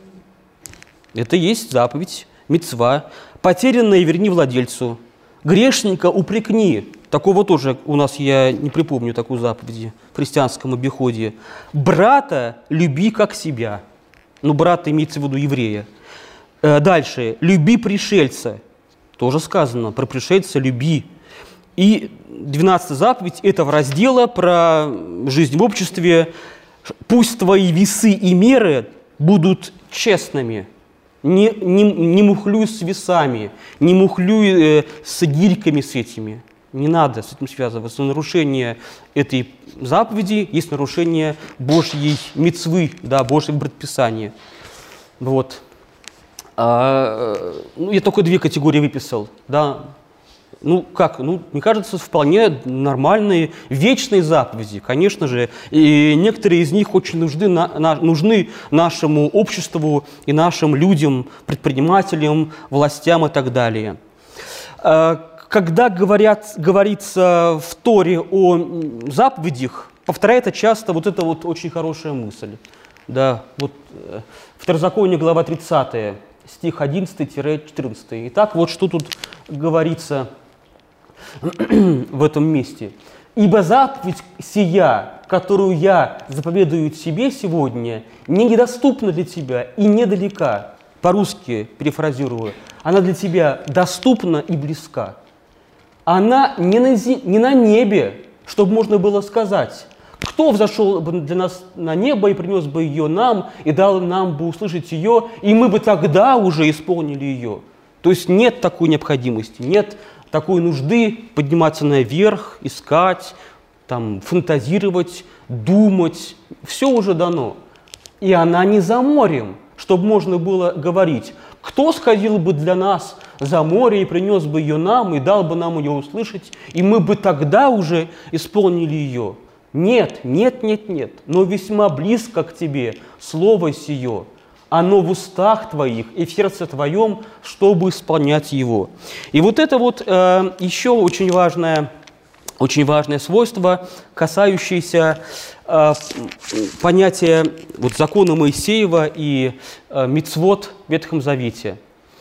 Это есть заповедь, мицва. Потерянное верни владельцу. Грешника упрекни. Такого тоже у нас, я не припомню такую заповедь в христианском обиходе. Брата люби как себя. Ну, брата имеется в виду еврея. Дальше. Люби пришельца. Тоже сказано. Про пришельца люби. И двенадцатая заповедь этого раздела про жизнь в обществе. Пусть твои весы и меры будут честными. Не, не, не мухлюй с весами, не мухлюй э, с гирьками с этими. Не надо с этим связываться. Нарушение этой заповеди есть нарушение Божьей мицвы, да, Божьего предписания. Вот. А, ну, я только две категории выписал. Да. Ну, как? Ну, мне кажется, вполне нормальные, вечные заповеди, конечно же. И некоторые из них очень нужны, на, на, нужны нашему обществу и нашим людям, предпринимателям, властям и так далее. Когда говорят, говорится в Торе о заповедях, повторяется часто вот эта вот очень хорошая мысль. Да, вот Второзаконие, глава тридцатая. стих одиннадцатый-четырнадцатый. Итак, вот что тут говорится в этом месте. «Ибо заповедь сия, которую я заповедую тебе сегодня, не недоступна для тебя и недалека». По-русски перефразирую. Она для тебя доступна и близка. Она не на, зи... не на небе, чтобы можно было сказать. Кто взошел бы для нас на небо и принес бы ее нам, и дал нам бы услышать ее, и мы бы тогда уже исполнили ее. То есть нет такой необходимости, нет такой нужды подниматься наверх, искать, там, фантазировать, думать. Все уже дано. И она не за морем, чтобы можно было говорить, кто сходил бы для нас за море и принес бы ее нам, и дал бы нам ее услышать, и мы бы тогда уже исполнили ее. Нет, нет, нет, нет, но весьма близко к тебе слово сие, оно в устах твоих и в сердце твоем, чтобы исполнять его. И вот это вот э, еще очень важное, очень важное свойство, касающееся э, понятия вот, закона Моисеева и э, мицвот в Ветхом Завете.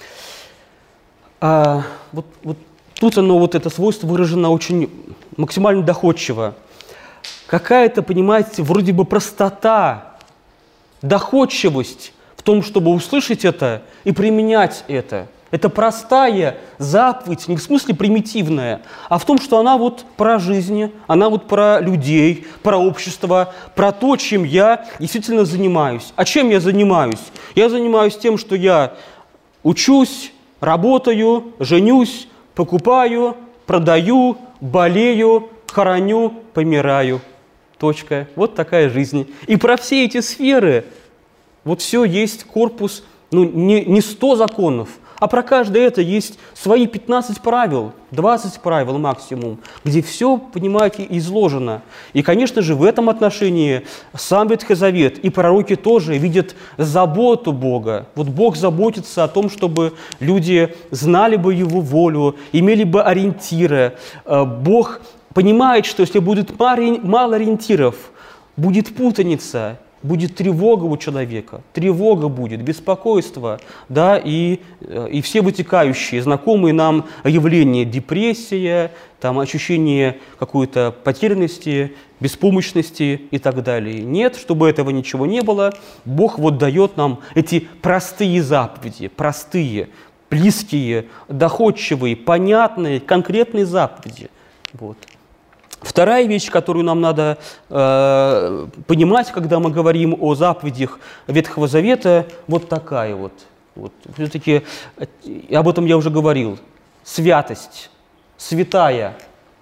А, вот, вот тут оно, вот это свойство выражено очень максимально доходчиво. Какая-то, понимаете, вроде бы простота, доходчивость в том, чтобы услышать это и применять это. Это простая заповедь, не в смысле примитивная, а в том, что она вот про жизнь, она вот про людей, про общество, про то, чем я действительно занимаюсь. А чем я занимаюсь? Я занимаюсь тем, что я учусь, работаю, женюсь, покупаю, продаю, болею, хороню, помираю. Точка. Вот такая жизнь. И про все эти сферы вот все есть корпус, ну, не, не сто законов, а про каждое это есть свои пятнадцать правил, двадцать правил максимум, где все, понимаете, изложено. И, конечно же, в этом отношении сам Ветхий Завет и пророки тоже видят заботу Бога. Вот Бог заботится о том, чтобы люди знали бы Его волю, имели бы ориентиры. Бог понимает, что если будет мало ориентиров, будет путаница, будет тревога у человека, тревога будет, беспокойство, да, и, и все вытекающие, знакомые нам явления, депрессия, там, ощущение какой-то потерянности, беспомощности и так далее. Нет, чтобы этого ничего не было, Бог вот дает нам эти простые заповеди, простые, близкие, доходчивые, понятные, конкретные заповеди. Вот. Вторая вещь, которую нам надо э, понимать, когда мы говорим о заповедях Ветхого Завета, вот такая вот. вот. Все-таки об этом я уже говорил. Святость, святая,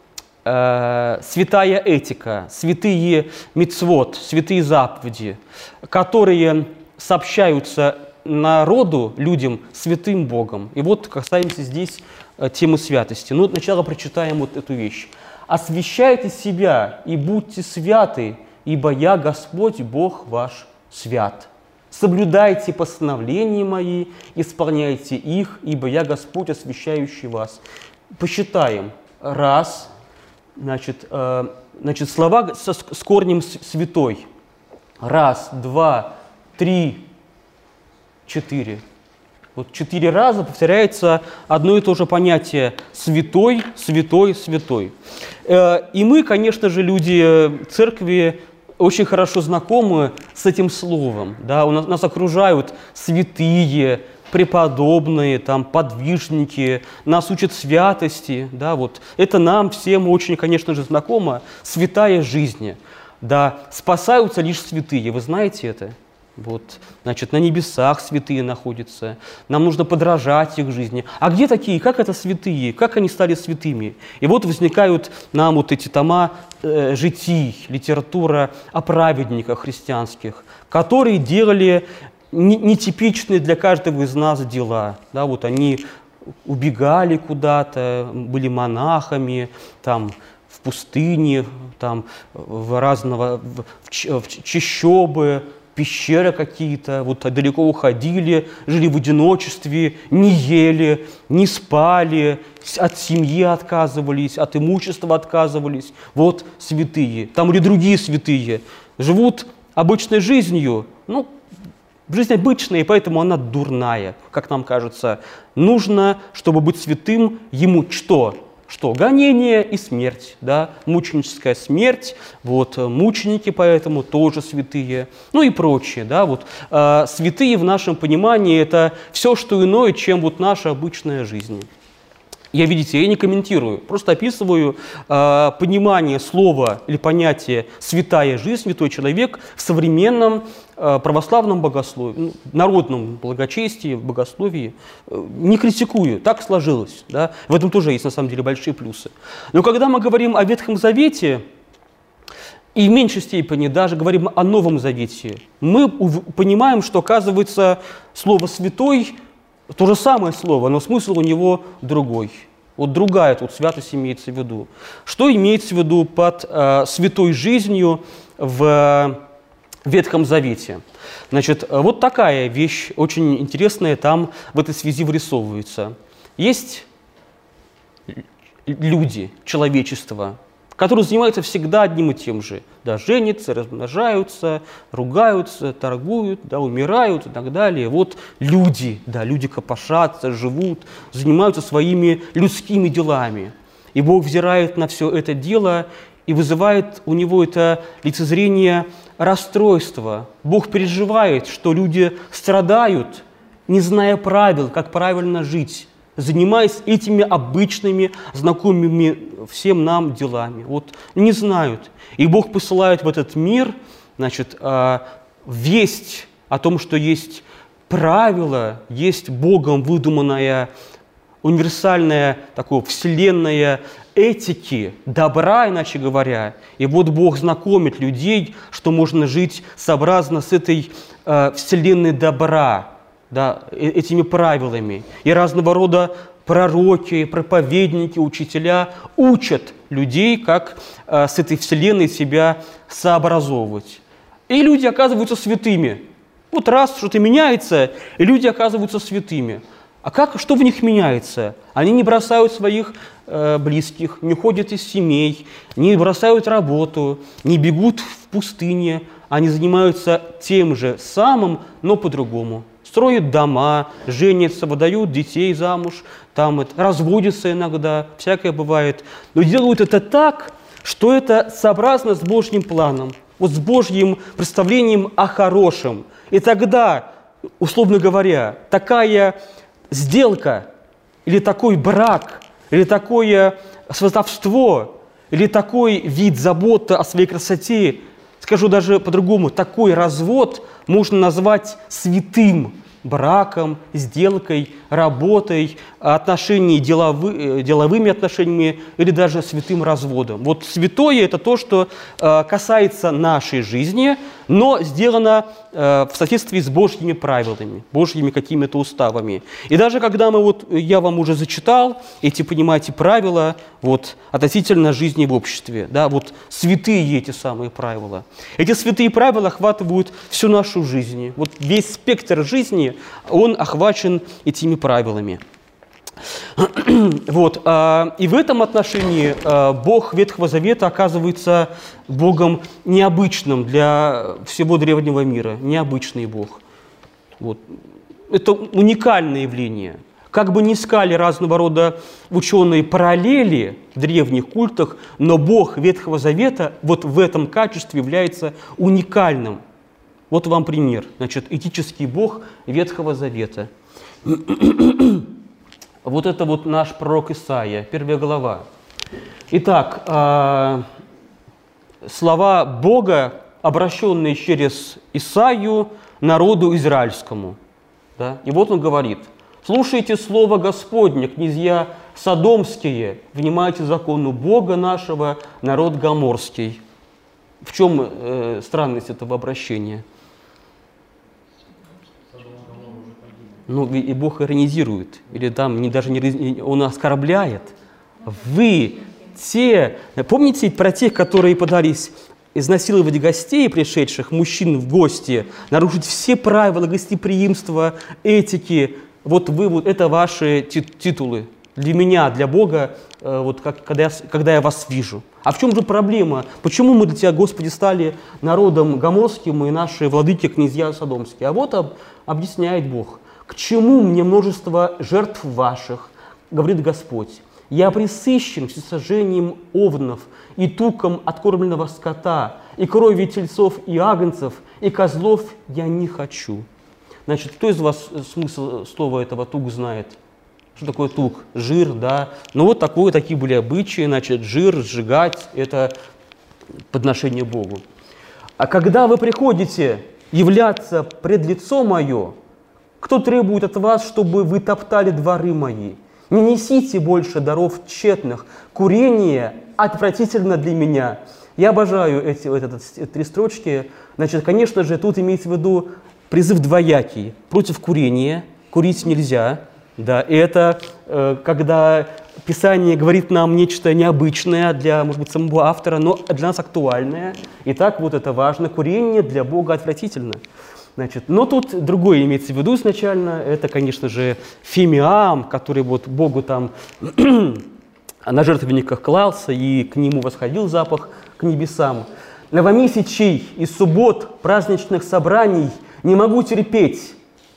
э, святая этика, святые мицвот, святые заповеди, которые сообщаются народу, людям, святым Богом. И вот касаемся здесь э, темы святости. Ну, сначала прочитаем вот эту вещь. «Освящайте себя и будьте святы, ибо я, Господь, Бог ваш, свят. Соблюдайте постановления мои, исполняйте их, ибо я, Господь, освящающий вас». Посчитаем. Раз. Значит, э, значит слова со, с корнем «святой». Раз, два, три, четыре. Вот четыре раза повторяется одно и то же понятие «святой», «святой», «святой». И мы, конечно же, люди церкви, очень хорошо знакомы с этим словом. Да? У нас, нас окружают святые, преподобные, там, подвижники, нас учат святости. Да? Вот. Это нам всем очень, конечно же, знакомо. Святая жизнь. Да? Спасаются лишь святые. Вы знаете это? Вот, значит, на небесах святые находятся, нам нужно подражать их жизни. А где такие, как это святые, как они стали святыми? И вот возникают нам вот эти тома э, житий, литература о праведниках христианских, которые делали нетипичные для каждого из нас дела. Да, вот они убегали куда-то, были монахами, там, в пустыне, там, в разного, в, в, в чащобы, пещеры какие-то, вот далеко уходили, жили в одиночестве, не ели, не спали, от семьи отказывались, от имущества отказывались. Вот святые. Там или другие святые живут обычной жизнью, ну, Жизнь обычная, и поэтому она дурная, как нам кажется. Нужно, чтобы быть святым, ему что? Что? Гонение и смерть, да? Мученическая смерть, вот, мученики поэтому тоже святые, ну и прочее, да? Вот, э, святые в нашем понимании – это все, что иное, чем вот наша обычная жизнь. Я, видите, я не комментирую, просто описываю э, понимание слова или понятия «святая жизнь», «святой человек» в современном э, православном богословии, ну, народном благочестии, богословии. Э, не критикую, так сложилось. Да? В этом тоже есть, на самом деле, большие плюсы. Но когда мы говорим о Ветхом Завете, и в меньшей степени даже говорим о Новом Завете, мы понимаем, что, оказывается, слово «святой» то же самое слово, но смысл у него другой. Вот другая тут святость имеется в виду. Что имеется в виду под э, святой жизнью в Ветхом Завете? Значит, вот такая вещь очень интересная там в этой связи вырисовывается. Есть люди, человечество, которые занимаются всегда одним и тем же. Да, женятся, размножаются, ругаются, торгуют, да, умирают и так далее. Вот люди, да, люди копошатся, живут, занимаются своими людскими делами. И Бог взирает на все это дело и вызывает у него это лицезрение расстройства. Бог переживает, что люди страдают, не зная правил, как правильно жить, занимаясь этими обычными, знакомыми всем нам делами. Вот не знают. И Бог посылает в этот мир, значит, весть о том, что есть правила, есть Богом выдуманная универсальная такая вселенная этики, добра, иначе говоря. И вот Бог знакомит людей, что можно жить сообразно с этой э, вселенной добра, да, этими правилами. И разного рода пророки, проповедники, учителя учат людей, как э, с этой вселенной себя сообразовывать. И люди оказываются святыми. Вот раз что-то меняется, и люди оказываются святыми. А как, что в них меняется? Они не бросают своих э, близких, не уходят из семей, не бросают работу, не бегут в пустыне. Они занимаются тем же самым, но по-другому. Строят дома, женятся, выдают детей замуж, там это, разводятся иногда, всякое бывает. Но делают это так, что это сообразно с Божьим планом, вот с Божьим представлением о хорошем. И тогда, условно говоря, такая сделка или такой брак, или такое сватовство, или такой вид заботы о своей красоте, скажу даже по-другому, такой развод можно назвать святым браком, сделкой, работой, отношениями, деловы, деловыми отношениями или даже святым разводом. Вот святое – это то, что э, касается нашей жизни, но сделано э, в соответствии с Божьими правилами, Божьими какими-то уставами. И даже когда мы, вот, я вам уже зачитал эти, понимаете, правила вот, относительно жизни в обществе, да, вот святые эти самые правила. Эти святые правила охватывают всю нашу жизнь. Вот весь спектр жизни, он охвачен этими правилами. Вот, и в этом отношении Бог Ветхого Завета оказывается Богом необычным для всего древнего мира, необычный Бог. Вот. Это уникальное явление. Как бы ни искали разного рода ученые параллели в древних культах, но Бог Ветхого Завета вот в этом качестве является уникальным. Вот вам пример. Значит, этический Бог Ветхого Завета. Вот это вот наш пророк Исаия, первая глава. Итак, э, слова Бога, обращенные через Исаию народу израильскому. Да? И вот он говорит: «Слушайте слово Господне, князья содомские, внимайте закону Бога нашего, народ гоморский». В чем э, странность этого обращения? Ну, и Бог иронизирует, или там не, даже не, он оскорбляет. Вы те, помните про тех, которые пытались изнасиловать гостей, пришедших, мужчин в гости, нарушить все правила гостеприимства, этики, вот вы, вот это ваши титулы для меня, для Бога, вот как, когда, я, когда я вас вижу. А в чем же проблема? Почему мы для Тебя, Господи, стали народом гоморским и наши владыки, князья содомские? А вот об, объясняет Бог. К чему мне множество жертв ваших, говорит Господь. Я пресыщен всесожжением овнов и туком откормленного скота, и кровью тельцов и агнцев, и козлов я не хочу. Значит, кто из вас смысл слова этого тук знает? Что такое тук? Жир, да. Ну вот такое, такие были обычаи, значит, жир, сжигать – это подношение Богу. А когда вы приходите являться пред лицо мое, кто требует от вас, чтобы вы топтали дворы мои? Не несите больше даров тщетных. Курение отвратительно для меня. Я обожаю эти, вот эти три строчки. Значит, конечно же, тут имеется в виду призыв двоякий. Против курения. Курить нельзя. Да, и это э, когда Писание говорит нам нечто необычное для, может быть, самого автора, но для нас актуальное. И так вот это важно. Курение для Бога отвратительно. Значит, но тут другое имеется в виду изначально. Это, конечно же, фимиам, который вот Богу там на жертвенниках клался, и к нему восходил запах к небесам. Новомесячей и суббот, праздничных собраний не могу терпеть.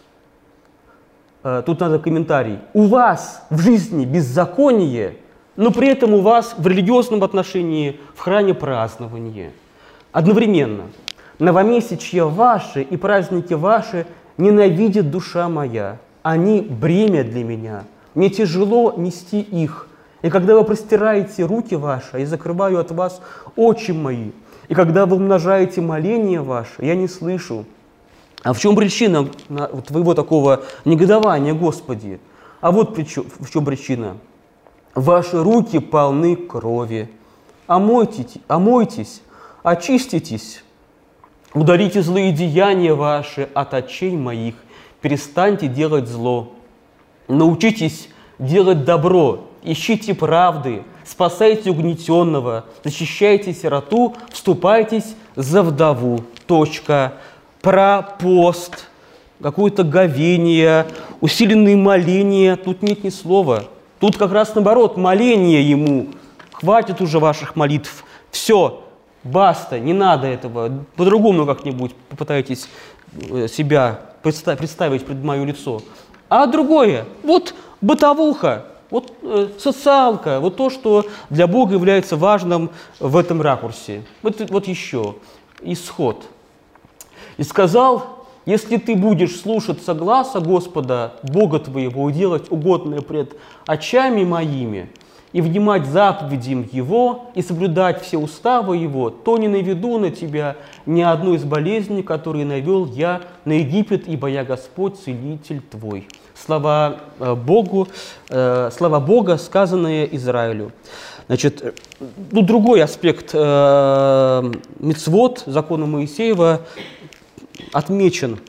Тут надо комментарий. У вас в жизни беззаконие, но при этом у вас в религиозном отношении в храме празднование. Одновременно. Новомесячья ваши и праздники ваши ненавидит душа моя. Они бремя для меня. Мне тяжело нести их. И когда вы простираете руки ваши, я закрываю от вас очи мои. И когда вы умножаете моления ваши, я не слышу. А в чем причина твоего такого негодования, Господи? А вот в чем причина. Ваши руки полны крови. Омойтесь, омойтесь, очиститесь. Ударите злые деяния ваши от очей моих. Перестаньте делать зло. Научитесь делать добро. Ищите правды. Спасайте угнетенного. Защищайте сироту. Вступайтесь за вдову. Точка. Про пост, какое-то говение, усиленные моления. Тут нет ни слова. Тут как раз наоборот, моление ему. Хватит уже ваших молитв. Все, баста, не надо этого. По-другому как-нибудь попытайтесь себя представить пред мое лицо. А другое, вот бытовуха, вот э, социалка, вот то, что для Бога является важным в этом ракурсе. Вот, вот еще, исход. И сказал, если ты будешь слушаться гласа Господа, Бога твоего, и делать угодное пред очами моими, и внимать заповедям Его, и соблюдать все уставы Его, то не наведу на тебя ни одну из болезней, которые навел я на Египет, ибо я Господь, Целитель твой. Слова Богу, э, слова Бога, сказанные Израилю. Значит, тут другой аспект э, мицвот, закона Моисеева, отмечен.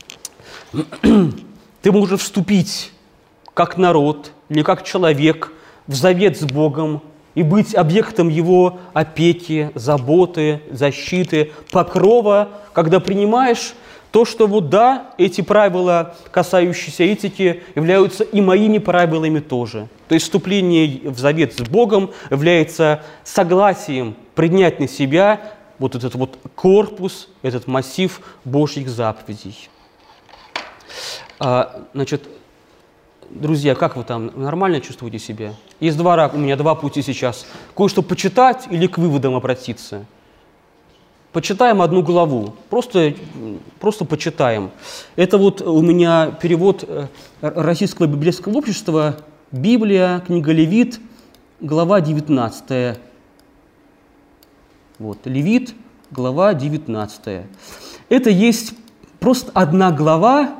Ты можешь вступить как народ или как человек в завет с Богом и быть объектом Его опеки, заботы, защиты, покрова, когда принимаешь то, что вот да, эти правила, касающиеся этики, являются и моими правилами тоже. То есть вступление в завет с Богом является согласием принять на себя вот этот вот корпус, этот массив Божьих заповедей. А, значит, друзья, как вы там, нормально чувствуете себя? Есть два, у меня два пути сейчас. Кое-что почитать или к выводам обратиться. Почитаем одну главу, просто, просто почитаем. Это вот у меня перевод Российского библейского общества, Библия, книга Левит, глава девятнадцатая. Вот, Левит, глава девятнадцатая. Это есть просто одна глава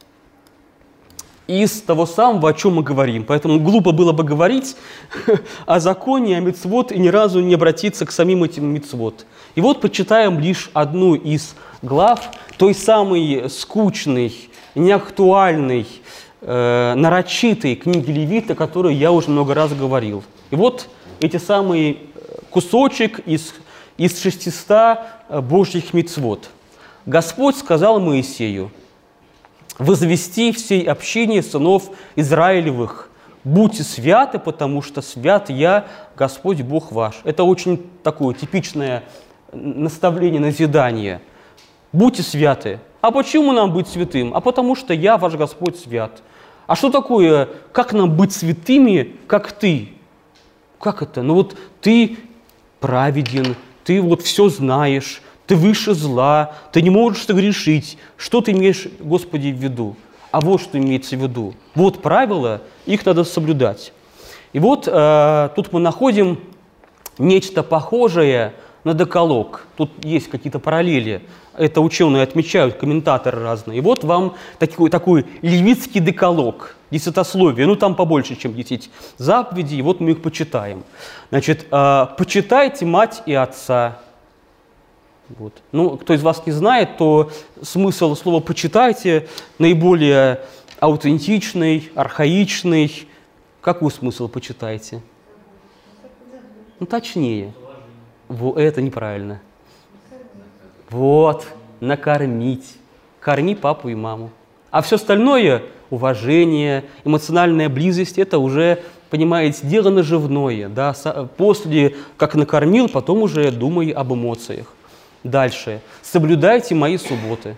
из того самого, о чем мы говорим. Поэтому глупо было бы говорить о законе, о мицвот и ни разу не обратиться к самим этим мицвот. И вот почитаем лишь одну из глав той самой скучной, неактуальной, э, нарочитой книги Левита, о которой я уже много раз говорил. И вот эти самые кусочек из, из шестиста Божьих мицвот. Господь сказал Моисею: «Возвести всей общине сынов Израилевых Будьте святы, потому что свят я, Господь Бог ваш. Это очень такое типичное наставление, назидание. Будьте святы. А почему нам быть святым? А потому что я, ваш Господь, свят. А что такое, как нам быть святыми, как ты? Как это? Ну вот ты праведен, ты вот все знаешь, ты выше зла, ты не можешь согрешить. Что ты имеешь, Господи, в виду? А вот что имеется в виду. Вот правила, их надо соблюдать. И вот э, тут мы находим нечто похожее на декалог. Тут есть какие-то параллели. Это ученые отмечают, комментаторы разные. И вот вам такой, такой левитский декалог, десятословие. Ну, там побольше, чем десять заповедей. И вот мы их почитаем. Значит, э, почитайте мать и отца. Вот. Ну, кто из вас не знает, то смысл слова «почитайте» наиболее аутентичный, архаичный. Какой смысл «почитайте»? Ну, точнее. Во, это неправильно. Вот, накормить. Корми папу и маму. А все остальное – уважение, эмоциональная близость – это уже, понимаете, дело наживное. Да? После, как накормил, потом уже думай об эмоциях. Дальше. Соблюдайте мои субботы.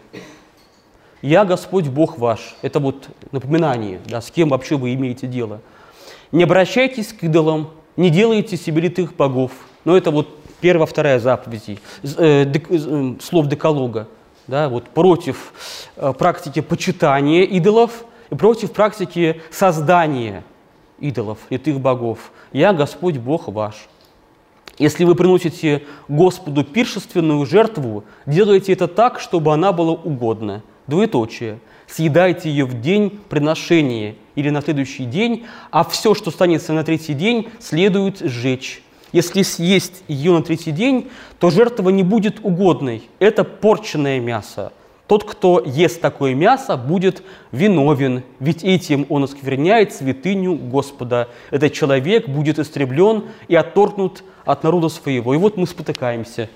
Я Господь Бог ваш. Это вот напоминание, да, с кем вообще вы имеете дело. Не обращайтесь к идолам, не делайте себе литых богов. Но это вот первая, вторая заповеди, э, дек, э, слов декалога. Да, вот против э, практики почитания идолов и против практики создания идолов, литых богов. Я Господь Бог ваш. Если вы приносите Господу пиршественную жертву, делайте это так, чтобы она была угодна. Двоеточие. Съедайте ее в день приношения или на следующий день, а все, что останется на третий день, следует сжечь. Если съесть ее на третий день, то жертва не будет угодной. Это порченное мясо. Тот, кто ест такое мясо, будет виновен, ведь этим он оскверняет святыню Господа. Этот человек будет истреблен и отторгнут от народа своего. И вот мы спотыкаемся.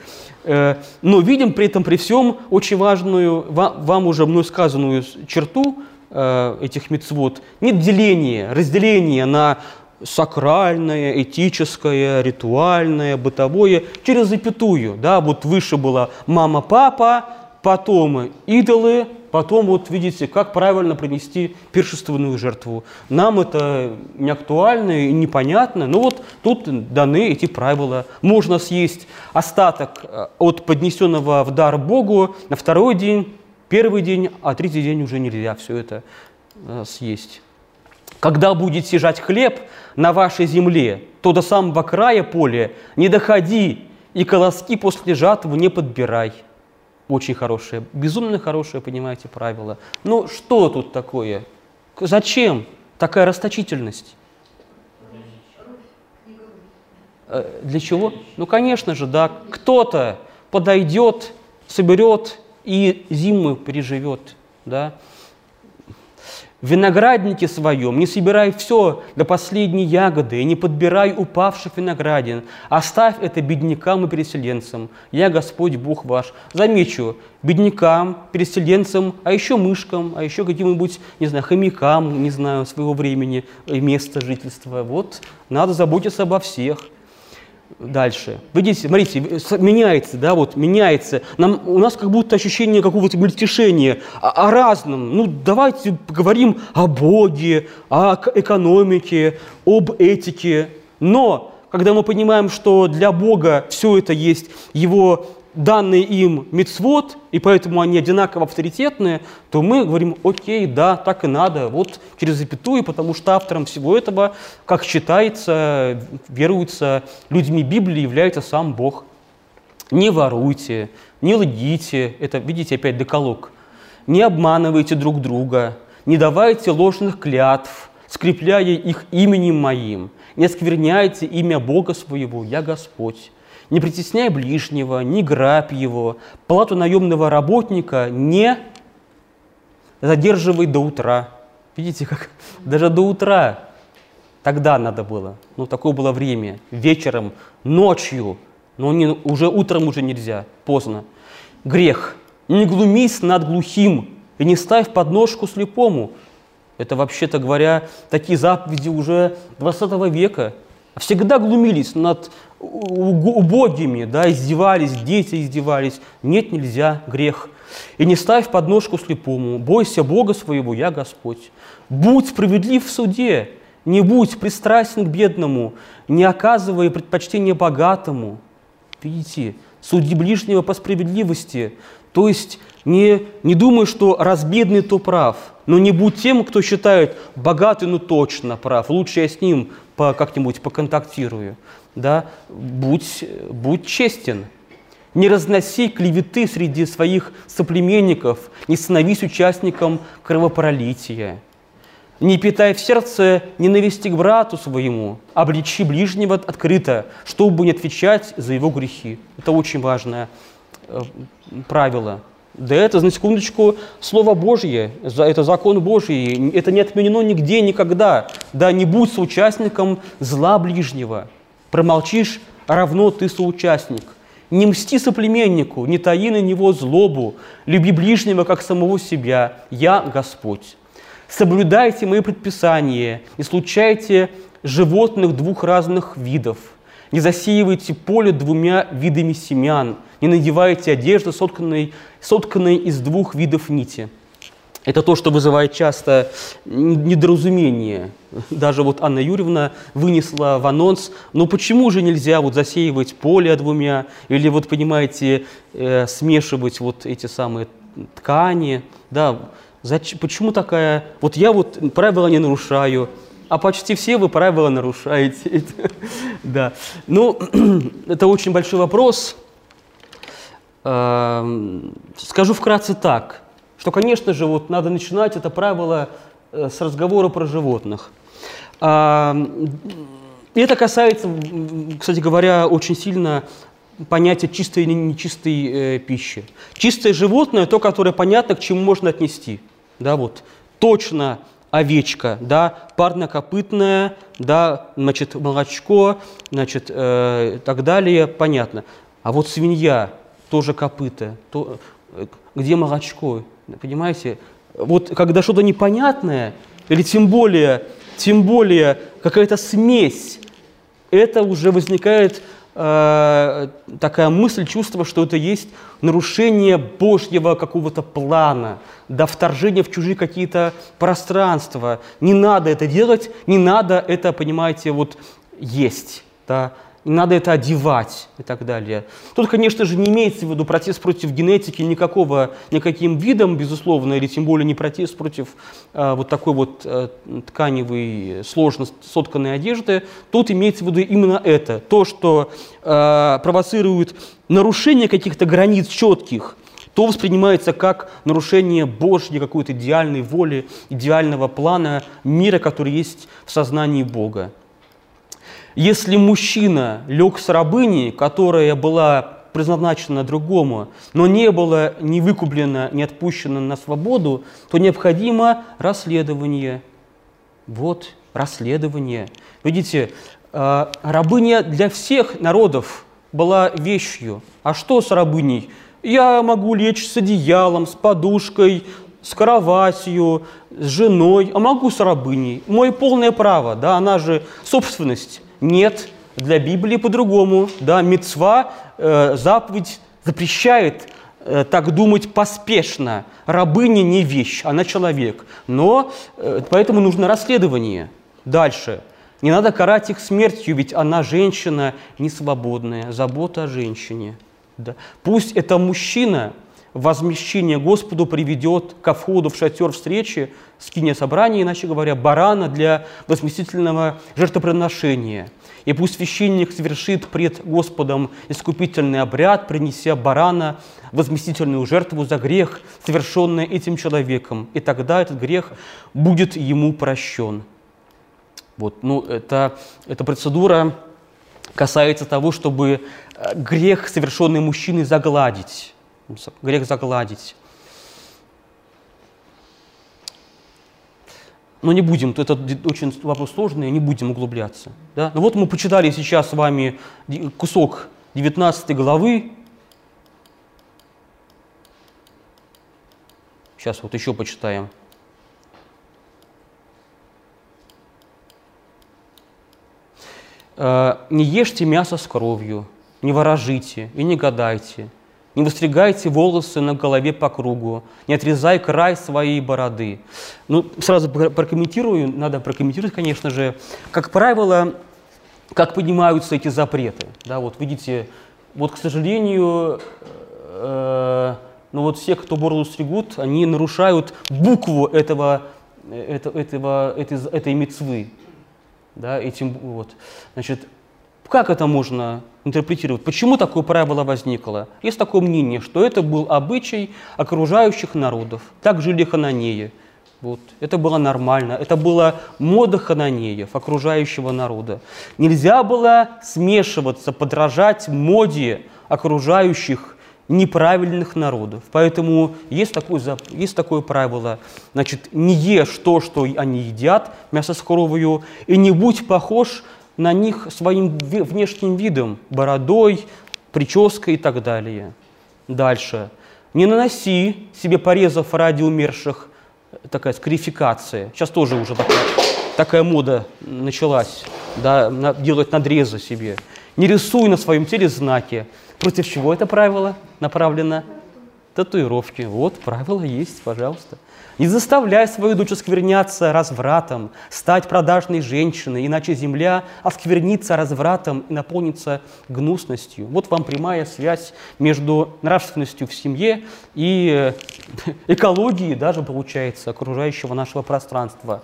Но видим при этом, при всем, очень важную, вам уже мной сказанную черту этих мицвот. Нет деления, разделения на сакральное, этическое, ритуальное, бытовое, через запятую. Да, вот выше была мама-папа, потом идолы, потом, вот видите, как правильно принести пиршественную жертву. Нам это не актуально и непонятно, но вот тут даны эти правила. Можно съесть остаток от поднесенного в дар Богу на второй день, первый день, а третий день уже нельзя все это съесть. Когда будете жать хлеб на вашей земле, то до самого края поля не доходи, и колоски после жатвы не подбирай. Очень хорошее, безумно хорошее, понимаете, правило. Но что тут такое? Зачем такая расточительность? Для чего? Ну, конечно же, да, кто-то подойдет, соберет и зиму переживет, да. В винограднике своем не собирай все до последней ягоды и не подбирай упавших виноградин. Оставь это беднякам и переселенцам. Я Господь Бог ваш. Замечу, беднякам, переселенцам, а еще мышкам, а еще каким-нибудь, не знаю, хомякам, не знаю, своего времени и места жительства. Вот, надо заботиться обо всех. Дальше. Видите, смотрите, меняется, да, вот, меняется. Нам, у нас как будто ощущение какого-то мельтешения о, о разном. Ну, давайте поговорим о Боге, о экономике, об этике. Но, когда мы понимаем, что для Бога все это есть Его данные им мицвот, и поэтому они одинаково авторитетные, то мы говорим, окей, да, так и надо, вот через запятую, потому что автором всего этого, как считается, веруется людьми Библии, является сам Бог. Не воруйте, не лгите, это, видите, опять декалог, не обманывайте друг друга, не давайте ложных клятв, скрепляя их именем моим, не оскверняйте имя Бога своего, я Господь. Не притесняй ближнего, не грабь его, плату наемного работника не задерживай до утра. Видите, как даже до утра тогда надо было. Ну, такое было время. Вечером, ночью, но не, уже утром уже нельзя, поздно. Грех. Не глумись над глухим и не ставь подножку слепому. Это, вообще-то говоря, такие заповеди уже двадцатого века. Всегда глумились над убогими, да, издевались, дети издевались. Нет, нельзя, грех. И не ставь подножку слепому, бойся Бога своего, я Господь. Будь справедлив в суде, не будь пристрастен к бедному, не оказывай предпочтения богатому. Видите, суди ближнего по справедливости. То есть не, не думай, что раз бедный, то прав. Но не будь тем, кто считает, богатый, ну точно прав. Лучше я с ним по, как-нибудь поконтактирую. Да? Будь, будь честен. Не разноси клеветы среди своих соплеменников, не становись участником кровопролития. Не питай в сердце ненависти к брату своему, обличи ближнего открыто, чтобы не отвечать за его грехи. Это очень важное э, правило. Да это, на секундочку, Слово Божье, это закон Божий, это не отменено нигде, никогда. Да, не будь соучастником зла ближнего. Промолчишь, равно ты соучастник. Не мсти соплеменнику, не таи на него злобу, люби ближнего, как самого себя, я Господь. Соблюдайте мои предписания, не случайте животных двух разных видов, не засеивайте поле двумя видами семян, не надевайте одежды, сотканной, сотканной из двух видов нити. Это то, что вызывает часто недоразумение. Даже вот Анна Юрьевна вынесла в анонс, ну почему же нельзя вот засеивать поле двумя, или вот, понимаете, э, смешивать вот эти самые ткани, да, зачем, почему такая, вот я вот правила не нарушаю, а почти все вы правила нарушаете. Да. Ну, это очень большой вопрос. Скажу вкратце так, что, конечно же, вот надо начинать это правило с разговора про животных. И это касается, кстати говоря, очень сильно понятия чистой или нечистой пищи. Чистое животное – то, которое понятно, к чему можно отнести. Да, вот, точно овечка, да, парнокопытная, да, значит, молочко, значит, э, так далее, понятно. А вот свинья, тоже копытая, то, где молочко, понимаете? Вот когда что-то непонятное, или тем более, тем более какая-то смесь, это уже возникает э, такая мысль, чувство, что это есть нарушение Божьего какого-то плана, да, вторжение в чужие какие-то пространства. Не надо это делать, не надо это, понимаете, вот есть, да, не надо это одевать и так далее. Тут, конечно же, не имеется в виду протест против генетики никакого, никаким видом, безусловно, или тем более не протест против э, вот такой вот э, тканевой, сложно сотканной одежды. Тут имеется в виду именно это, то, что э, провоцирует нарушение каких-то границ четких, то воспринимается как нарушение Божьей какой-то идеальной воли, идеального плана мира, который есть в сознании Бога. Если мужчина лег с рабыней, которая была предназначена другому, но не была ни выкуплена, ни отпущена на свободу, то необходимо расследование. Вот, расследование. Видите, рабыня для всех народов была вещью. А что с рабыней? Я могу лечь с одеялом, с подушкой, с кроватью, с женой, а могу с рабыней. Мое полное право, да, она же собственность. Нет, для Библии по-другому. Да, мицва, э, заповедь запрещает э, так думать поспешно. Рабыня не вещь, она человек. Но э, поэтому нужно расследование. Дальше. Не надо карать их смертью, ведь она женщина несвободная. Забота о женщине. Да. Пусть это мужчина возмещение Господу приведет ко входу в шатер встречи, скиния собрания, иначе говоря, барана для возместительного жертвоприношения. И пусть священник совершит пред Господом искупительный обряд, принеся барана, возместительную жертву за грех, совершенный этим человеком. И тогда этот грех будет ему прощен. Вот, ну, это, эта процедура касается того, чтобы грех, совершенный мужчиной, загладить. Грех загладить. Но не будем, это очень вопрос сложный, не будем углубляться. Да? Ну вот мы почитали сейчас с вами кусок девятнадцатой главы. Сейчас вот еще почитаем. не ешьте мясо с кровью, не ворожите и не гадайте, не выстригайте волосы на голове по кругу, не отрезай край своей бороды. Ну, сразу прокомментирую, надо прокомментировать, конечно же. Как правило, как поднимаются эти запреты. Да, вот видите, вот, к сожалению, э, ну вот все, кто бороду стригут, они нарушают букву этого, этого, этого, этой, этой мицвы. Да, этим, вот. Значит, как это можно интерпретировать? Почему такое правило возникло? Есть такое мнение, что это был обычай окружающих народов. Так жили хананеи. Вот. Это было нормально. Это была мода хананеев, окружающего народа. Нельзя было смешиваться, подражать моде окружающих неправильных народов. Поэтому есть такое, есть такое правило. Значит, не ешь то, что они едят, мясо с кровью, и не будь похож на них своим внешним видом, бородой, прической и так далее. Дальше. Не наноси себе порезов ради умерших, такая скарификация. Сейчас тоже уже такая, такая мода началась, да, на, делать надрезы себе. Не рисуй на своем теле знаки. Против чего это правило направлено? Татуировки. Вот, правило есть, пожалуйста. Не заставляй свою дочь оскверняться развратом, стать продажной женщиной, иначе земля осквернится развратом и наполнится гнусностью. Вот вам прямая связь между нравственностью в семье и экологией, даже получается, окружающего нашего пространства.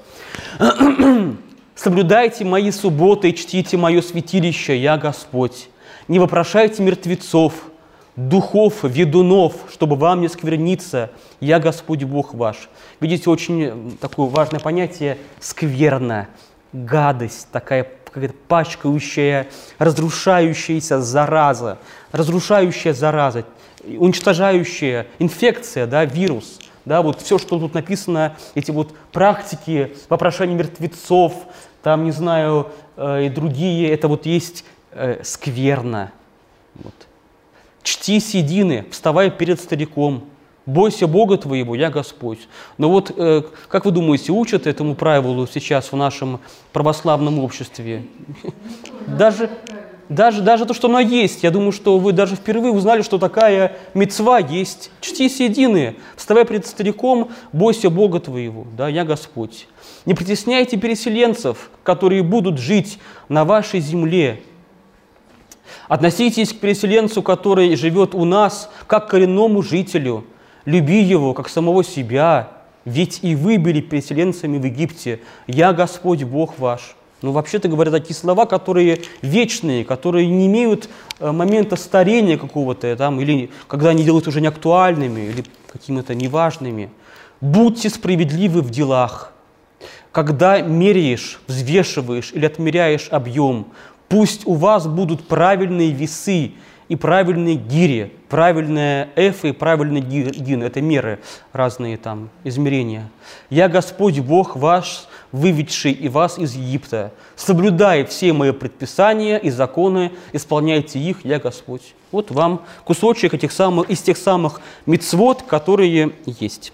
Соблюдайте мои субботы и чтите мое святилище, я Господь. Не вопрошайте мертвецов, духов, ведунов, чтобы вам не скверниться, я Господь Бог ваш. Видите, очень такое важное понятие скверно, гадость, такая какая-то пачкающая, разрушающаяся зараза, разрушающая зараза, уничтожающая инфекция, да, вирус. Да, вот все, что тут написано, эти вот практики вопрошания мертвецов, там, не знаю, э, и другие, это вот есть э, скверно. Вот. Чти седины, вставай перед стариком, бойся Бога твоего, я Господь. Но вот, э, как вы думаете, учат этому правилу сейчас в нашем православном обществе? Даже... Даже, даже то, что оно есть, я думаю, что вы даже впервые узнали, что такая мицва есть. Чти седины, вставай перед стариком, бойся Бога твоего, да, я Господь. Не притесняйте переселенцев, которые будут жить на вашей земле. Относитесь к переселенцу, который живет у нас, как к коренному жителю. Люби его, как самого себя, ведь и вы были переселенцами в Египте. Я Господь Бог ваш. Ну, вообще-то говоря, такие слова, которые вечные, которые не имеют э, момента старения какого-то, там, или когда они делают уже неактуальными, или какими-то неважными. Будьте справедливы в делах. Когда меряешь, взвешиваешь или отмеряешь объем, пусть у вас будут правильные весы и правильные гири, правильные эфы и правильные гины. Это меры, разные там измерения. «Я Господь Бог ваш, выведший и вас из Египта. Соблюдай все мои предписания и законы, исполняйте их, я Господь». Вот вам кусочек этих самых, из тех самых мицвот, которые есть.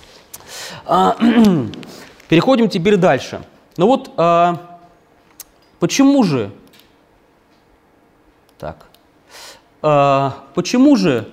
А, переходим теперь дальше. Ну вот, а, почему же, так, а, почему же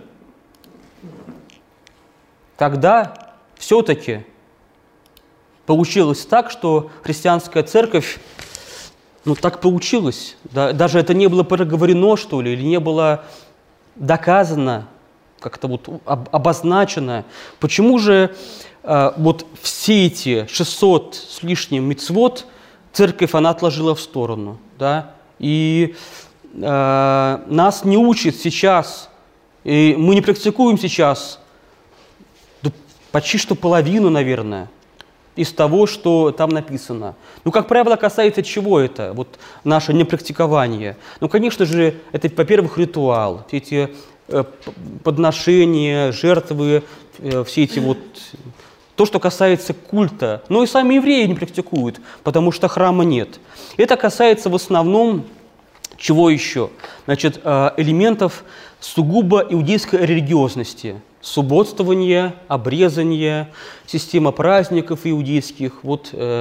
тогда все-таки получилось так, что христианская церковь, ну так получилось, да, даже это не было проговорено, что ли, или не было доказано, как-то вот обозначено. Почему же э, вот все эти шестьсот с лишним мицвот церковь она отложила в сторону, да, и э, нас не учат сейчас, и мы не практикуем сейчас да, почти что половину, наверное, из того, что там написано. Ну, как правило, касается чего это, вот наше непрактикование? Ну, конечно же, это, во-первых, ритуал, все эти э, подношения, жертвы, э, все эти вот, то, что касается культа. Но и сами евреи не практикуют, потому что храма нет. Это касается в основном чего еще? Значит, э, элементов сугубо иудейской религиозности. Субботствование, обрезание, система праздников иудейских, вот э,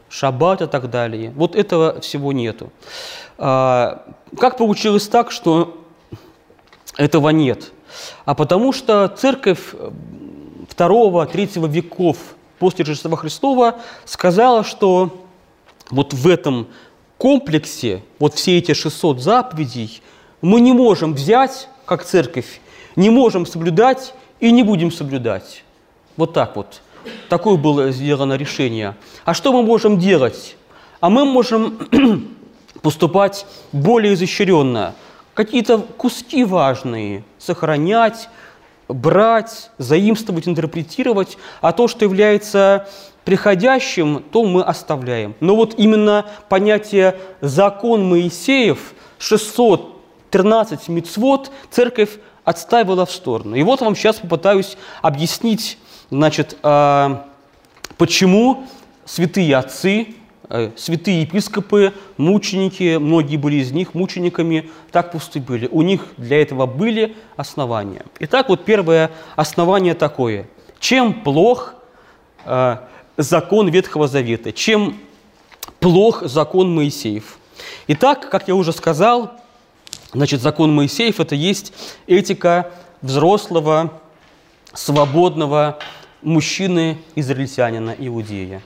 шаббат и так далее. Вот этого всего нету. А, как получилось так, что этого нет? А потому что церковь второго-третьего веков после Рождества Христова сказала, что вот в этом комплексе, вот все эти шестьсот заповедей, мы не можем взять, как церковь, не можем соблюдать и не будем соблюдать. Вот так вот. Такое было сделано решение. А что мы можем делать? А мы можем поступать более изощренно. Какие-то куски важные сохранять, брать, заимствовать, интерпретировать, а то, что является приходящим, то мы оставляем. Но вот именно понятие «закон Моисеев», шестьсот тринадцать мицвот, церковь отставила в сторону. И вот вам сейчас попытаюсь объяснить, значит, почему святые отцы, святые епископы, мученики, многие были из них мучениками, так поступили. У них для этого были основания. Итак, вот первое основание такое. Чем плох э, закон Ветхого Завета? Чем плох закон Моисеев? Итак, как я уже сказал, значит, закон Моисеев – это есть этика взрослого, свободного мужчины-израильтянина, иудея.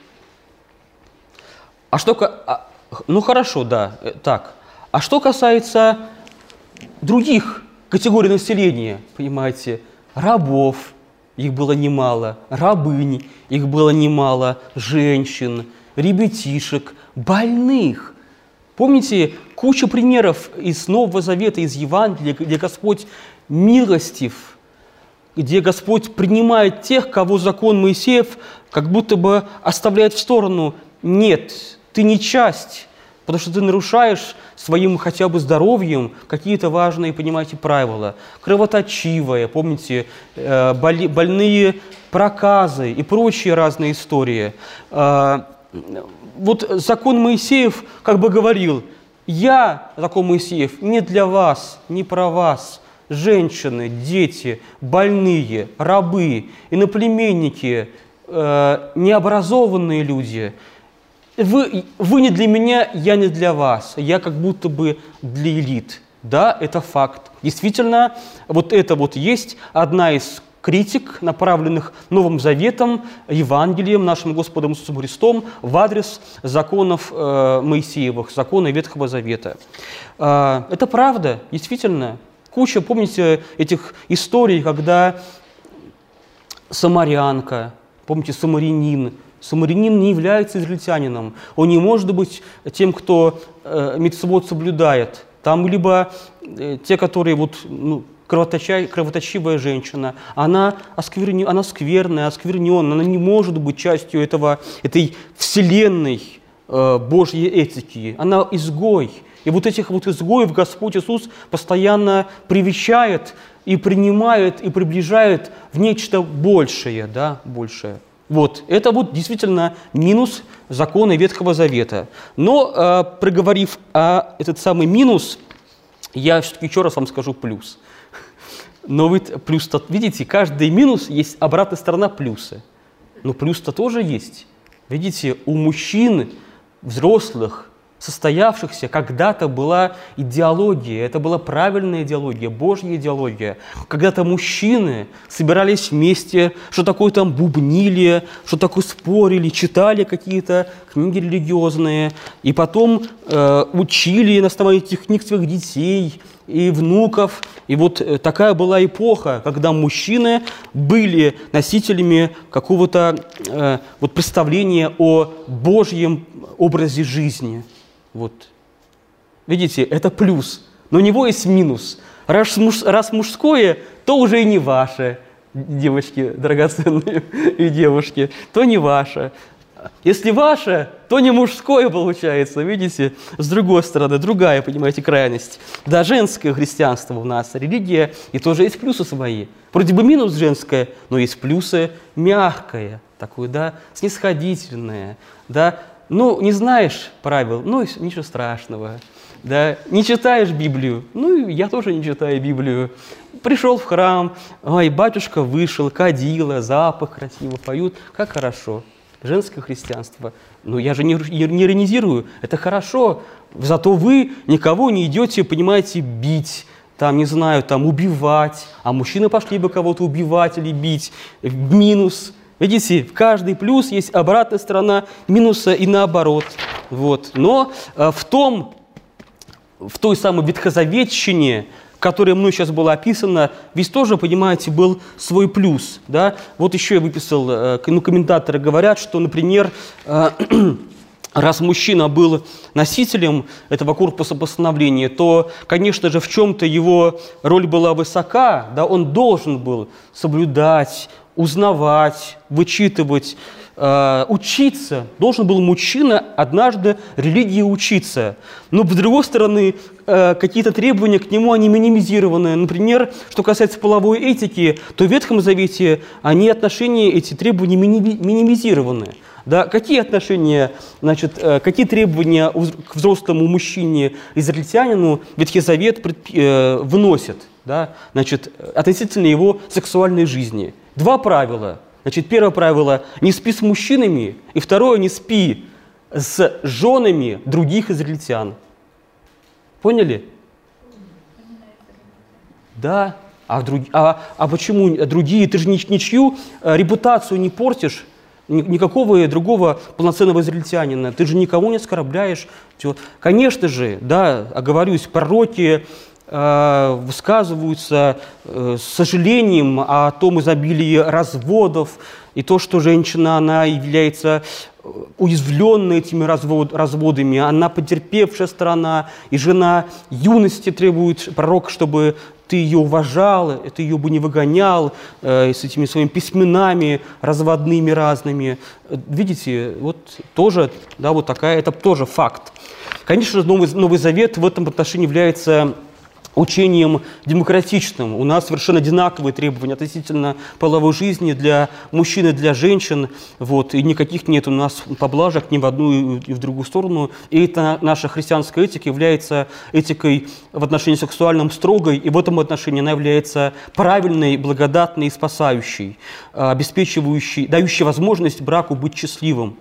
А что, ну хорошо, да, так. А что касается других категорий населения, понимаете, рабов, их было немало, рабынь, их было немало, женщин, ребятишек, больных. Помните, куча примеров из Нового Завета, из Евангелия, где Господь милостив, где Господь принимает тех, кого закон Моисеев как будто бы оставляет в сторону. Нет, ты не часть, потому что ты нарушаешь своим хотя бы здоровьем какие-то важные, понимаете, правила. Кровоточивое, помните, больные проказы и прочие разные истории. Вот закон Моисеев как бы говорил: я, закон Моисеев, не для вас, не про вас. Женщины, дети, больные, рабы, иноплеменники, необразованные люди. Вы, вы не для меня, я не для вас. Я как будто бы для элит. Да, это факт. Действительно, вот это вот есть одна из критик, направленных Новым Заветом, Евангелием, нашим Господом Иисусом Христом в адрес законов э, Моисеевых, закона Ветхого Завета. Э, это правда, действительно. Куча, помните, этих историй, когда самарянка, помните, самарянин, самарянин не является израильтянином, он не может быть тем, кто э, мицвот соблюдает. Там либо э, те, которые вот, ну, кровоточа, кровоточивая женщина, она, оскверни, она скверная, оскверненная, она не может быть частью этого, этой вселенной э, Божьей этики. Она изгой. И вот этих вот изгоев Господь Иисус постоянно привечает и принимает, и приближает в нечто большее, да, большее. Вот, это вот действительно минус закона Ветхого Завета. Но, э, проговорив о этот самый минус, я все-таки еще раз вам скажу плюс. Но вы плюс-то, видите, каждый минус есть обратная сторона плюса. Но плюс-то тоже есть. Видите, у мужчин, взрослых, состоявшихся, когда-то была идеология, это была правильная идеология, Божья идеология. Когда-то мужчины собирались вместе, что такое там бубнили, что такое спорили, читали какие-то книги религиозные, и потом э, учили на основании этих книг своих детей и внуков. И вот такая была эпоха, когда мужчины были носителями какого-то э, вот представления о Божьем образе жизни. Вот. Видите, это плюс, но у него есть минус. Раз, муж, раз мужское, то уже и не ваше, девочки драгоценные и девушки, то не ваше. Если ваше, то не мужское получается, видите? С другой стороны, другая, понимаете, крайность. Да, женское христианство у нас, религия, и тоже есть плюсы свои. Вроде бы минус женское, но есть плюсы мягкое, такое, да, снисходительное, да. Ну, не знаешь правил, ну, ничего страшного. Да? Не читаешь Библию, ну, я тоже не читаю Библию. Пришел в храм, ой, батюшка вышел, кадила, запах красиво поют, как хорошо. женское христианство. Ну, я же не, не иронизирую, это хорошо. Зато вы никого не идете, понимаете, бить, там, не знаю, там, убивать. А мужчины пошли бы кого-то убивать или бить. Минус. Видите, в каждый плюс есть обратная сторона минуса и наоборот. Вот. Но э, в том, в той самой ветхозаветщине, которая мной сейчас была описана, ведь тоже, понимаете, был свой плюс. Да? Вот еще я выписал, э, ну, комментаторы говорят, что, например, э, раз мужчина был носителем этого корпуса постановления, то, конечно же, в чем-то его роль была высока, да, он должен был соблюдать, узнавать, вычитывать, э, учиться. Должен был мужчина однажды религии учиться. Но, с другой стороны, э, какие-то требования к нему, они минимизированы. Например, что касается половой этики, то в Ветхом Завете они отношения, эти требования минимизированы. Да, какие отношения, значит, э, какие требования к взрослому мужчине, израильтянину Ветхий Завет э, выносит, да, значит, относительно его сексуальной жизни? Два правила. Значит, первое правило – не спи с мужчинами, и второе – не спи с женами других израильтян. Поняли? Да. А, друг, а, а почему другие? Ты же ничью репутацию не портишь, никакого другого полноценного израильтянина. Ты же никого не оскорбляешь. Все. Конечно же, да, оговорюсь, пророки э, высказываются э, с сожалением о том изобилии разводов, и то, что женщина, она является уязвленной этими развод, разводами, она потерпевшая сторона, и жена юности требует пророк, чтобы ты ее уважал, ты ее бы не выгонял э, с этими своими письменами разводными разными. Видите, вот тоже, да, вот такая, это тоже факт. Конечно, Новый, Новый Завет в этом отношении является учением демократичным. У нас совершенно одинаковые требования относительно половой жизни для мужчин и для женщин. Вот, и никаких нет у нас поблажек ни в одну и в другую сторону. И это наша христианская этика является этикой в отношении сексуальном строгой, и в этом отношении она является правильной, благодатной и спасающей, обеспечивающей, дающей возможность браку быть счастливым.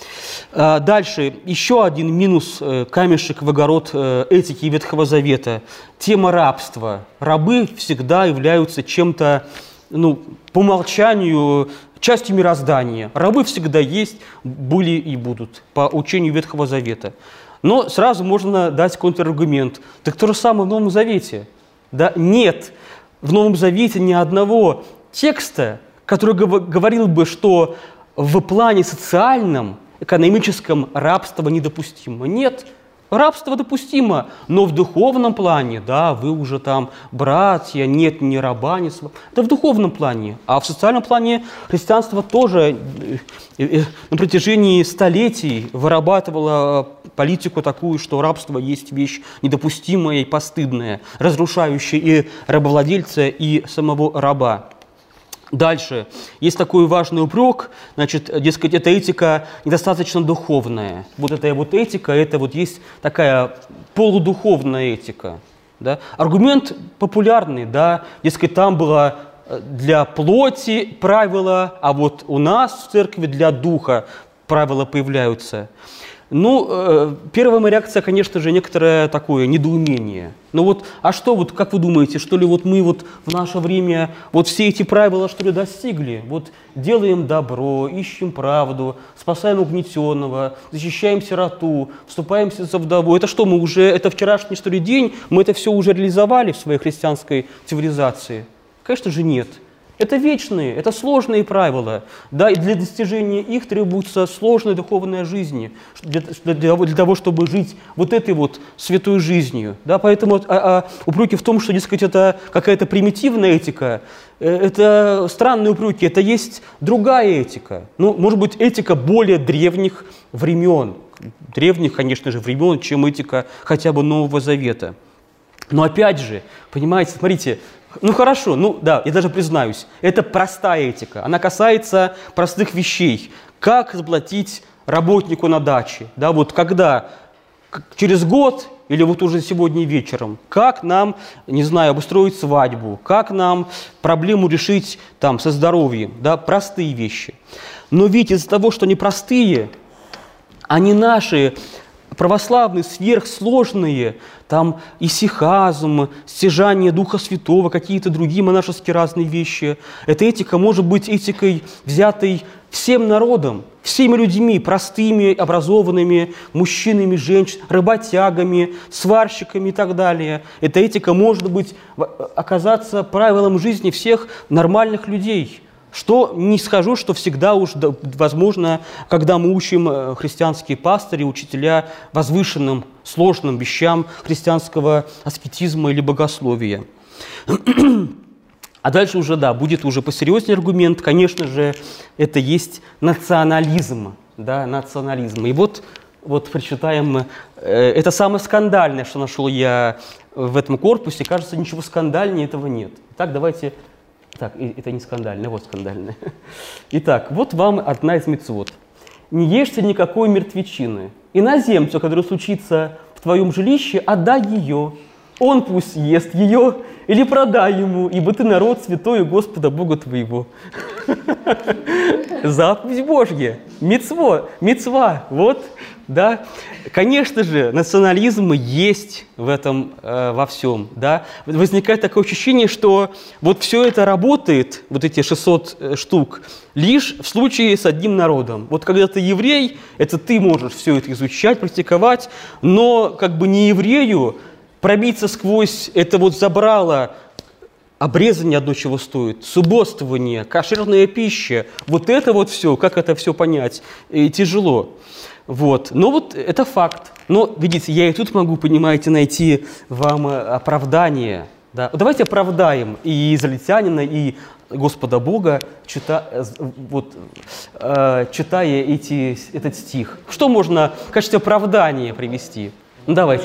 Дальше, еще один минус, камешек в огород этики Ветхого Завета. Тема рабства. Рабы всегда являются чем-то, ну, по умолчанию, частью мироздания. Рабы всегда есть, были и будут, по учению Ветхого Завета. Но сразу можно дать контраргумент. Так то же самое в Новом Завете. Да? Нет в Новом Завете ни одного текста, который говорил бы, что в плане социальном, экономическом рабство недопустимо. Нет, рабство допустимо, но в духовном плане, да, вы уже там братья, нет, не раба, не свобода. Это в духовном плане. А в социальном плане христианство тоже на протяжении столетий вырабатывало политику такую, что рабство есть вещь недопустимая и постыдная, разрушающая и рабовладельца, и самого раба. Дальше. Есть такой важный упрек, значит, дескать, эта этика недостаточно духовная. Вот эта вот этика, это вот есть такая полудуховная этика. Да? Аргумент популярный, да, дескать, там было для плоти правила, а вот у нас в церкви для духа правила появляются. Ну, э, первая моя реакция, конечно же, некоторое такое недоумение. Ну вот, а что, вот, как вы думаете, что ли вот мы вот в наше время вот все эти правила, что ли, достигли? Вот делаем добро, ищем правду, спасаем угнетенного, защищаем сироту, вступаемся за вдову. Это что, мы уже, это вчерашний, что ли, день, мы это все уже реализовали в своей христианской цивилизации? Конечно же, нет. Это вечные, это сложные правила, да, и для достижения их требуется сложная духовная жизнь, для, для, для того, чтобы жить вот этой вот святой жизнью. Да, поэтому а, а, упреки в том, что, дескать, это какая-то примитивная этика, это странные упреки, это есть другая этика. Ну, может быть, этика более древних времен, древних, конечно же, времен, чем этика хотя бы Нового Завета. Но опять же, понимаете, смотрите, ну хорошо, ну да, я даже признаюсь, это простая этика, она касается простых вещей. Как заплатить работнику на даче, да, вот когда, через год или вот уже сегодня вечером, как нам, не знаю, обустроить свадьбу, как нам проблему решить там со здоровьем, да, простые вещи. Но ведь из-за того, что они простые, они наши, православные, сверхсложные, там исихазм, стяжание Духа Святого, какие-то другие монашеские разные вещи. Эта этика может быть этикой, взятой всем народом, всеми людьми, простыми, образованными, мужчинами, женщинами, работягами, сварщиками и так далее. Эта этика может быть, оказаться правилом жизни всех нормальных людей. Что не скажу, что всегда уж возможно, когда мы учим христианские пастыри, учителя возвышенным, сложным вещам христианского аскетизма или богословия. А дальше уже, да, будет уже посерьезнее аргумент. Конечно же, это есть национализм, да, национализм. И вот, вот прочитаем, э, это самое скандальное, что нашел я в этом корпусе. Кажется, ничего скандальнее этого нет. Итак, давайте... Так, это не скандально, вот скандальное. Итак, вот вам одна из мицвот. Не ешьте никакой мертвечины. Иноземцу, который случится в твоем жилище, отдай ее. Он пусть ест ее или продай ему, ибо ты народ святой у Господа Бога твоего. Заповедь Божья, мицво, мицва, вот, да. Конечно же, национализм есть в этом, э, во всем, да. Возникает такое ощущение, что вот все это работает, вот эти шестьсот штук, лишь в случае с одним народом. Вот когда ты еврей, это ты можешь все это изучать, практиковать, но как бы не еврею пробиться сквозь это вот забрало, обрезание одно чего стоит, субботствование, кошерная пища, вот это вот все, как это все понять, и тяжело. Вот. Но вот это факт. Но, видите, я и тут могу, понимаете, найти вам оправдание. Да? Давайте оправдаем и израильтянина, и Господа Бога, чита, вот, э, читая эти, этот стих. Что можно в качестве оправдания привести? Ну, давайте.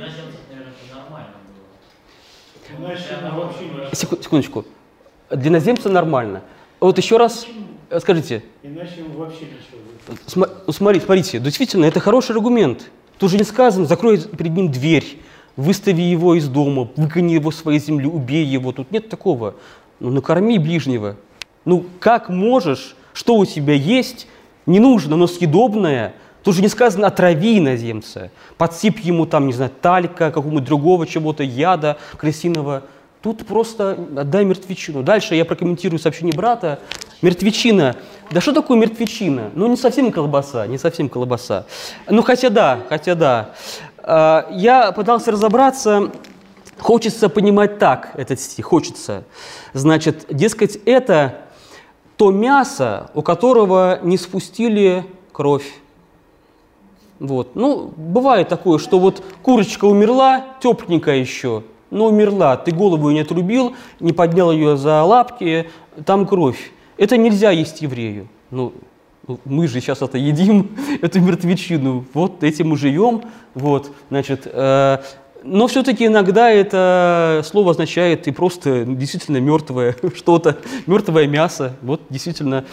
Секундочку. Для иноземца нормально. Вот еще раз скажите. Иначе вообще ничего. Смотрите, смотрите, действительно, это хороший аргумент. Тут же не сказано, закрой перед ним дверь, выстави его из дома, выгони его с своей земли, убей его. Тут нет такого. Ну, накорми ближнего. Ну, как можешь, что у тебя есть, не нужно, но съедобное. Тут же не сказано, отрави иноземца, подсыпь ему там, не знаю, талька, какого-нибудь другого чего-то, яда крысиного. Тут просто отдай мертвечину. Дальше я прокомментирую сообщение брата. Мертвечина. Да что такое мертвечина? Ну, не совсем колбаса, не совсем колбаса. Ну, хотя да, хотя да. Я пытался разобраться, хочется понимать так этот стих, хочется. Значит, дескать, это то мясо, у которого не спустили кровь. Вот. Ну, бывает такое, что вот курочка умерла, тепленькая еще, но умерла, ты голову ее не отрубил, не поднял ее за лапки, там кровь. Это нельзя есть еврею. Ну, мы же сейчас это едим, эту мертвечину, вот этим мы живем, вот, значит, э, но все-таки иногда это слово означает и просто действительно мертвое что-то, мертвое мясо, вот действительно.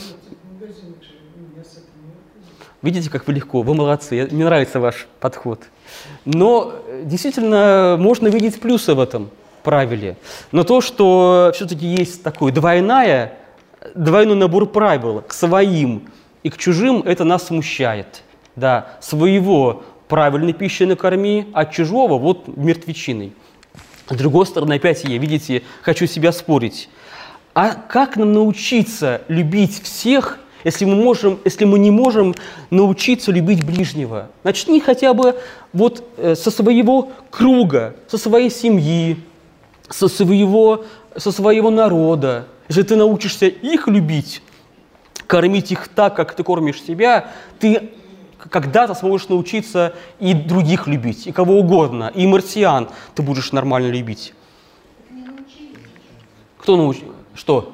Видите, как вы легко, вы молодцы, мне нравится ваш подход. Но действительно можно видеть плюсы в этом правиле. Но то, что все-таки есть такой двойная, двойной набор правил к своим и к чужим, это нас смущает. Да, своего правильной пищей накорми, а чужого вот мертвечиной. С другой стороны, опять я, видите, хочу себя спорить. А как нам научиться любить всех, если мы, можем, если мы не можем научиться любить ближнего? Начни хотя бы вот со своего круга, со своей семьи, со своего, со своего народа. Если ты научишься их любить, кормить их так, как ты кормишь себя, ты когда-то сможешь научиться и других любить, и кого угодно, и марсиан ты будешь нормально любить. Кто научил? Что?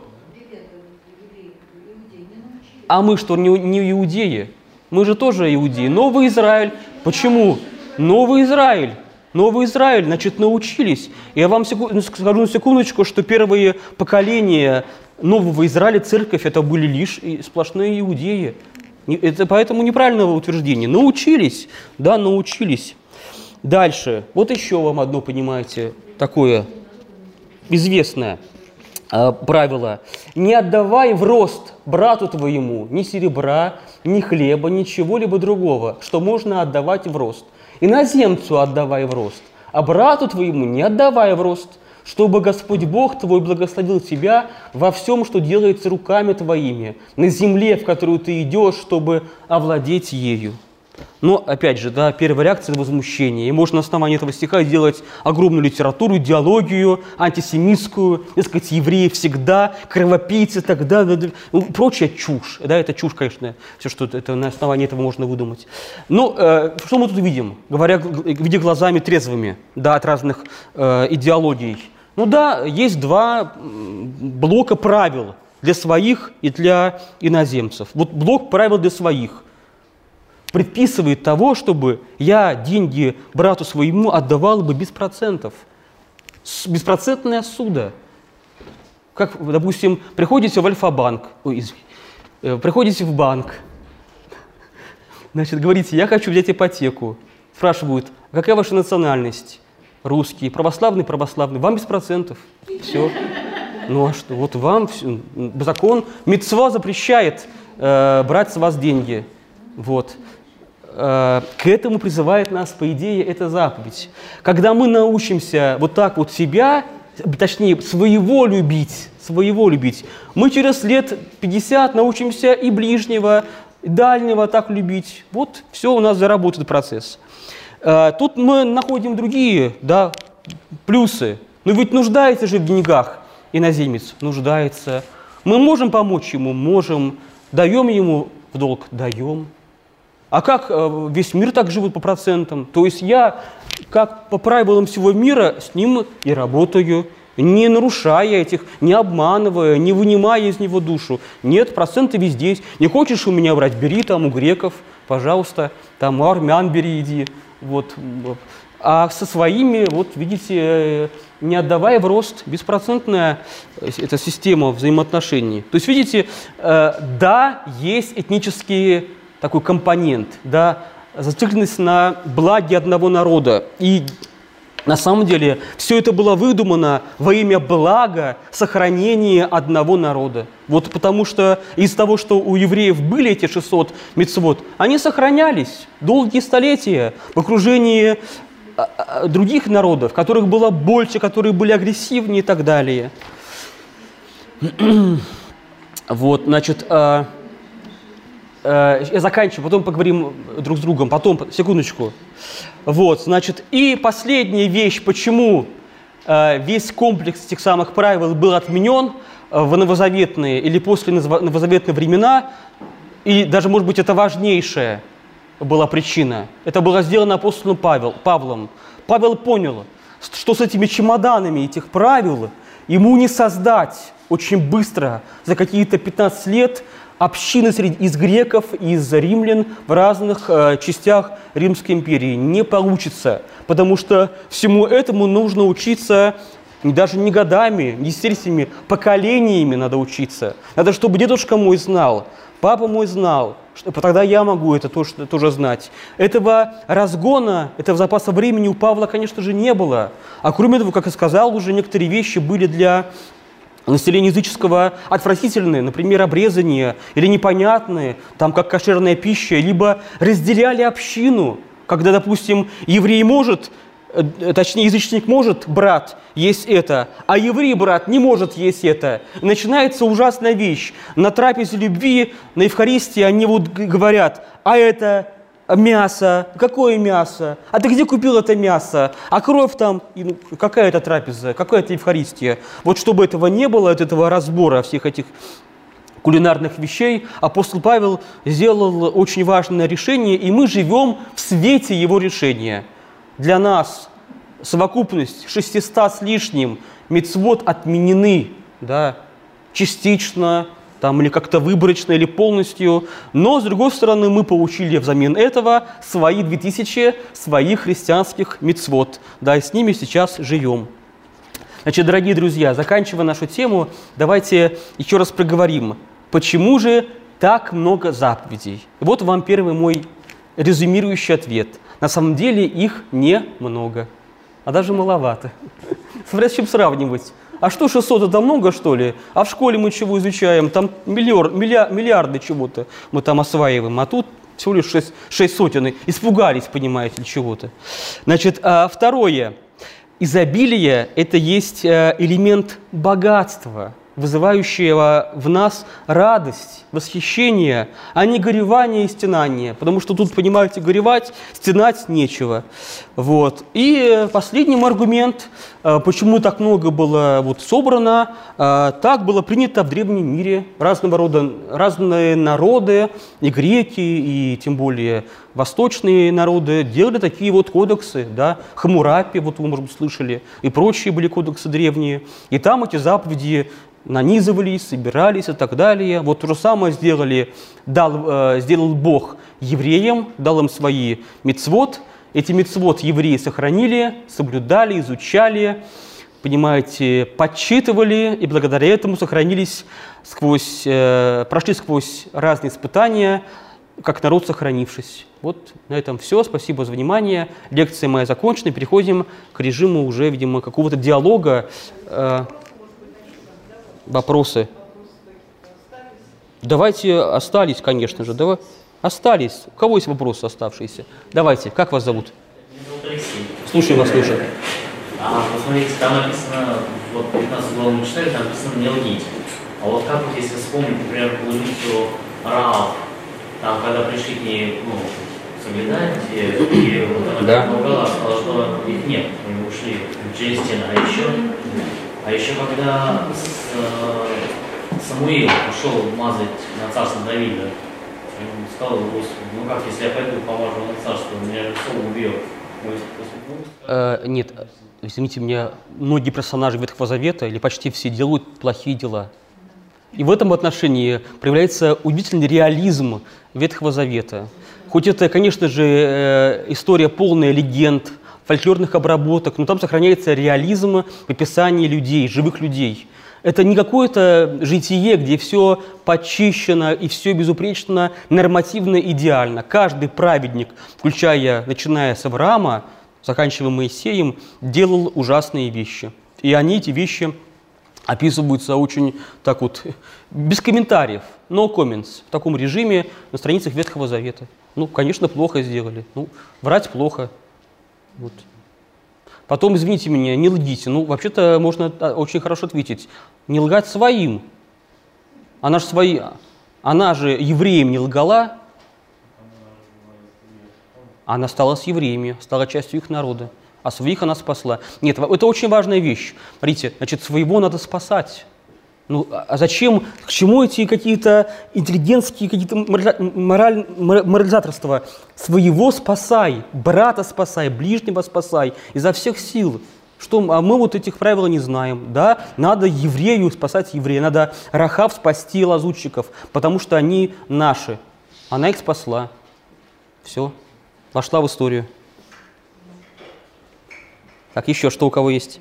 А мы что, не, не иудеи? Мы же тоже иудеи. Новый Израиль. Почему? Новый Израиль. Новый Израиль, значит, научились. Я вам секунд, скажу на секундочку, что первые поколения Нового Израиля, церковь, это были лишь сплошные иудеи. Это поэтому неправильное утверждение. Научились, да, научились. Дальше. Вот еще вам одно, понимаете, такое известное. э, правило. Не отдавай в рост брату твоему ни серебра, ни хлеба, ничего-либо другого, что можно отдавать в рост. Иноземцу отдавай в рост, а брату твоему не отдавай в рост, чтобы Господь Бог твой благословил тебя во всем, что делается руками твоими, на земле, в которую ты идешь, чтобы овладеть ею. Но, опять же, да, первая реакция – это возмущение. И можно на основании этого стиха сделать огромную литературу, идеологию антисемитскую, так сказать, евреи всегда, кровопийцы и так далее. Ну, прочая чушь. Да, это чушь, конечно, все, что это на основании этого можно выдумать. Но э, что мы тут видим, говоря, видя глазами трезвыми, да, от разных э, идеологий? Ну да, есть два блока правил для своих и для иноземцев. Вот блок правил для своих предписывает того, чтобы я деньги брату своему отдавал бы без процентов. Беспроцентная ссуда. Как, допустим, приходите в Альфа-банк, ой, извините, приходите в банк, значит, говорите, я хочу взять ипотеку. Спрашивают, какая ваша национальность? Русский, православный, православный. Вам без процентов. Все. Ну а что? Вот вам все. Закон, мицва запрещает э, брать с вас деньги. Вот. К этому призывает нас, по идее, эта заповедь. Когда мы научимся вот так вот себя, точнее, своего любить, своего любить, мы через лет пятьдесят научимся и ближнего, и дальнего так любить. Вот все у нас заработает процесс. Тут мы находим другие, да, плюсы. Но ведь нуждается же в деньгах иноземец, нуждается. Мы можем помочь ему, можем. Даем ему в долг, даем. А как э, весь мир так живет по процентам? То есть я, как по правилам всего мира, с ним и работаю, не нарушая этих, не обманывая, не вынимая из него душу. Нет, проценты везде есть. Не хочешь у меня брать, бери там у греков, пожалуйста, там у армян бери, иди. Вот. А со своими, вот видите, не отдавая в рост, беспроцентная эта система взаимоотношений. То есть, видите, э, да, есть этнические такой компонент, да, зацикленность на благе одного народа. И на самом деле все это было выдумано во имя блага сохранения одного народа. Вот потому что из того, что у евреев были эти шестьсот мицвот, они сохранялись долгие столетия в окружении других народов, которых было больше, которые были агрессивнее и так далее. Вот, значит... Я заканчиваю, потом поговорим друг с другом, потом, секундочку. Вот, значит, и последняя вещь, почему весь комплекс этих самых правил был отменен в новозаветные или после новозаветные времена, и даже, может быть, это важнейшая была причина. Это было сделано апостолом Павел, Павлом. Павел понял, что с этими чемоданами этих правил ему не создать очень быстро, за какие-то пятнадцать лет, общины из греков, из римлян в разных э, частях Римской империи. Не получится, потому что всему этому нужно учиться даже не годами, не десятилетиями, поколениями надо учиться. Надо, чтобы дедушка мой знал, папа мой знал, что, тогда я могу это тоже, тоже знать. Этого разгона, этого запаса времени у Павла, конечно же, не было. А кроме того, как я сказал, уже некоторые вещи были для населения языческого отвратительные, например, обрезание, или непонятные, там как кошерная пища, либо разделяли общину, когда, допустим, еврей может, точнее, язычник может, брат, есть это, а еврей, брат, не может есть это. И начинается ужасная вещь. На трапезе любви, на Евхаристии они вот говорят, а это... мясо. Какое мясо? А ты где купил это мясо? А кровь там? И, ну, какая это трапеза? Какая это Евхаристия? Вот чтобы этого не было, от этого разбора всех этих кулинарных вещей, апостол Павел сделал очень важное решение, и мы живем в свете его решения. Для нас совокупность шестисот с лишним мицвот отменены, да, частично, там, или как-то выборочно, или полностью. Но, с другой стороны, мы получили взамен этого свои две тысячи своих христианских мицвот. Да, и с ними сейчас живем. Значит, дорогие друзья, заканчивая нашу тему, давайте еще раз проговорим, почему же так много заповедей. И вот вам первый мой резюмирующий ответ. На самом деле их немного, а даже маловато. Смотря с чем сравнивать. а что шестьсот, это много, что ли? А в школе мы чего изучаем? Там миллиар, миллиар, миллиарды чего-то мы там осваиваем, а тут всего лишь шесть, шесть сотен. Испугались, понимаете, чего-то. Значит, а второе. Изобилие – это есть элемент богатства, вызывающего в нас радость, восхищение, а не горевание и стенание. Потому что тут, понимаете, горевать, стенать нечего. Вот. И последний аргумент, почему так много было вот собрано, так было принято в древнем мире. Разного рода, разные народы, и греки, и тем более восточные народы делали такие вот кодексы. Да? Хаммурапи, вот вы, может быть, слышали, и прочие были кодексы древние. И там эти заповеди нанизывались, собирались и так далее. Вот то же самое сделали, дал, э, сделал Бог евреям, дал им свои мицвот. Эти мицвот евреи сохранили, соблюдали, изучали, понимаете, подсчитывали, и благодаря этому сохранились сквозь, э, прошли сквозь разные испытания, как народ сохранившись. Вот на этом все. Спасибо за внимание. Лекция моя закончена. Переходим к режиму уже, видимо, какого-то диалога. Э, Вопросы? Давайте, остались, конечно же. Давай. Остались. У кого есть вопросы оставшиеся? Давайте. Как вас зовут? Меня зовут Алексей. Слушаем вас, слушаем. А, посмотрите, там написано, вот пятнадцать главу мы читали, там написано «не лгите». А вот как вот если вспомнить, например, полуницу Раав, там, когда пришли к ней, ну, соблюдать, и, и вот она да. лгала, сказала, что их нет, они ушли через стену. А еще, а еще когда с, Самуил пошел мазать на царство Давида, он сказал Господу: ну как, если я пойду помажу на царство, меня же Саул убьет. Э, нет, извините меня, многие персонажи Ветхого Завета, или почти все, делают плохие дела. И в этом отношении проявляется удивительный реализм Ветхого Завета. Хоть это, конечно же, история полная легенд, фольклорных обработок, но там сохраняется реализм в описании людей, живых людей. Это не какое-то житие, где все почищено и все безупречно, нормативно, идеально. Каждый праведник, включая, начиная с Авраама, заканчивая Моисеем, делал ужасные вещи. И они, эти вещи, описываются очень так вот, без комментариев, no comments, в таком режиме на страницах Ветхого Завета. Ну, конечно, плохо сделали. Ну, врать плохо. Вот. Потом, извините меня, не лгите. Ну, вообще-то можно очень хорошо ответить. Не лгать своим. Она же свои, она же евреям не лгала. Она стала с евреями, стала частью их народа. А своих она спасла. Нет, это очень важная вещь. Смотрите, значит, своего надо спасать. Ну, а зачем, к чему эти какие-то интеллигентские, какие-то мораль, морализаторства? Своего спасай, брата спасай, ближнего спасай, изо всех сил. Что, а мы вот этих правил не знаем, да? Надо еврею спасать еврея, надо Рахав спасти лазутчиков, потому что они наши. Она их спасла. Все, вошла в историю. Так, еще что у кого есть?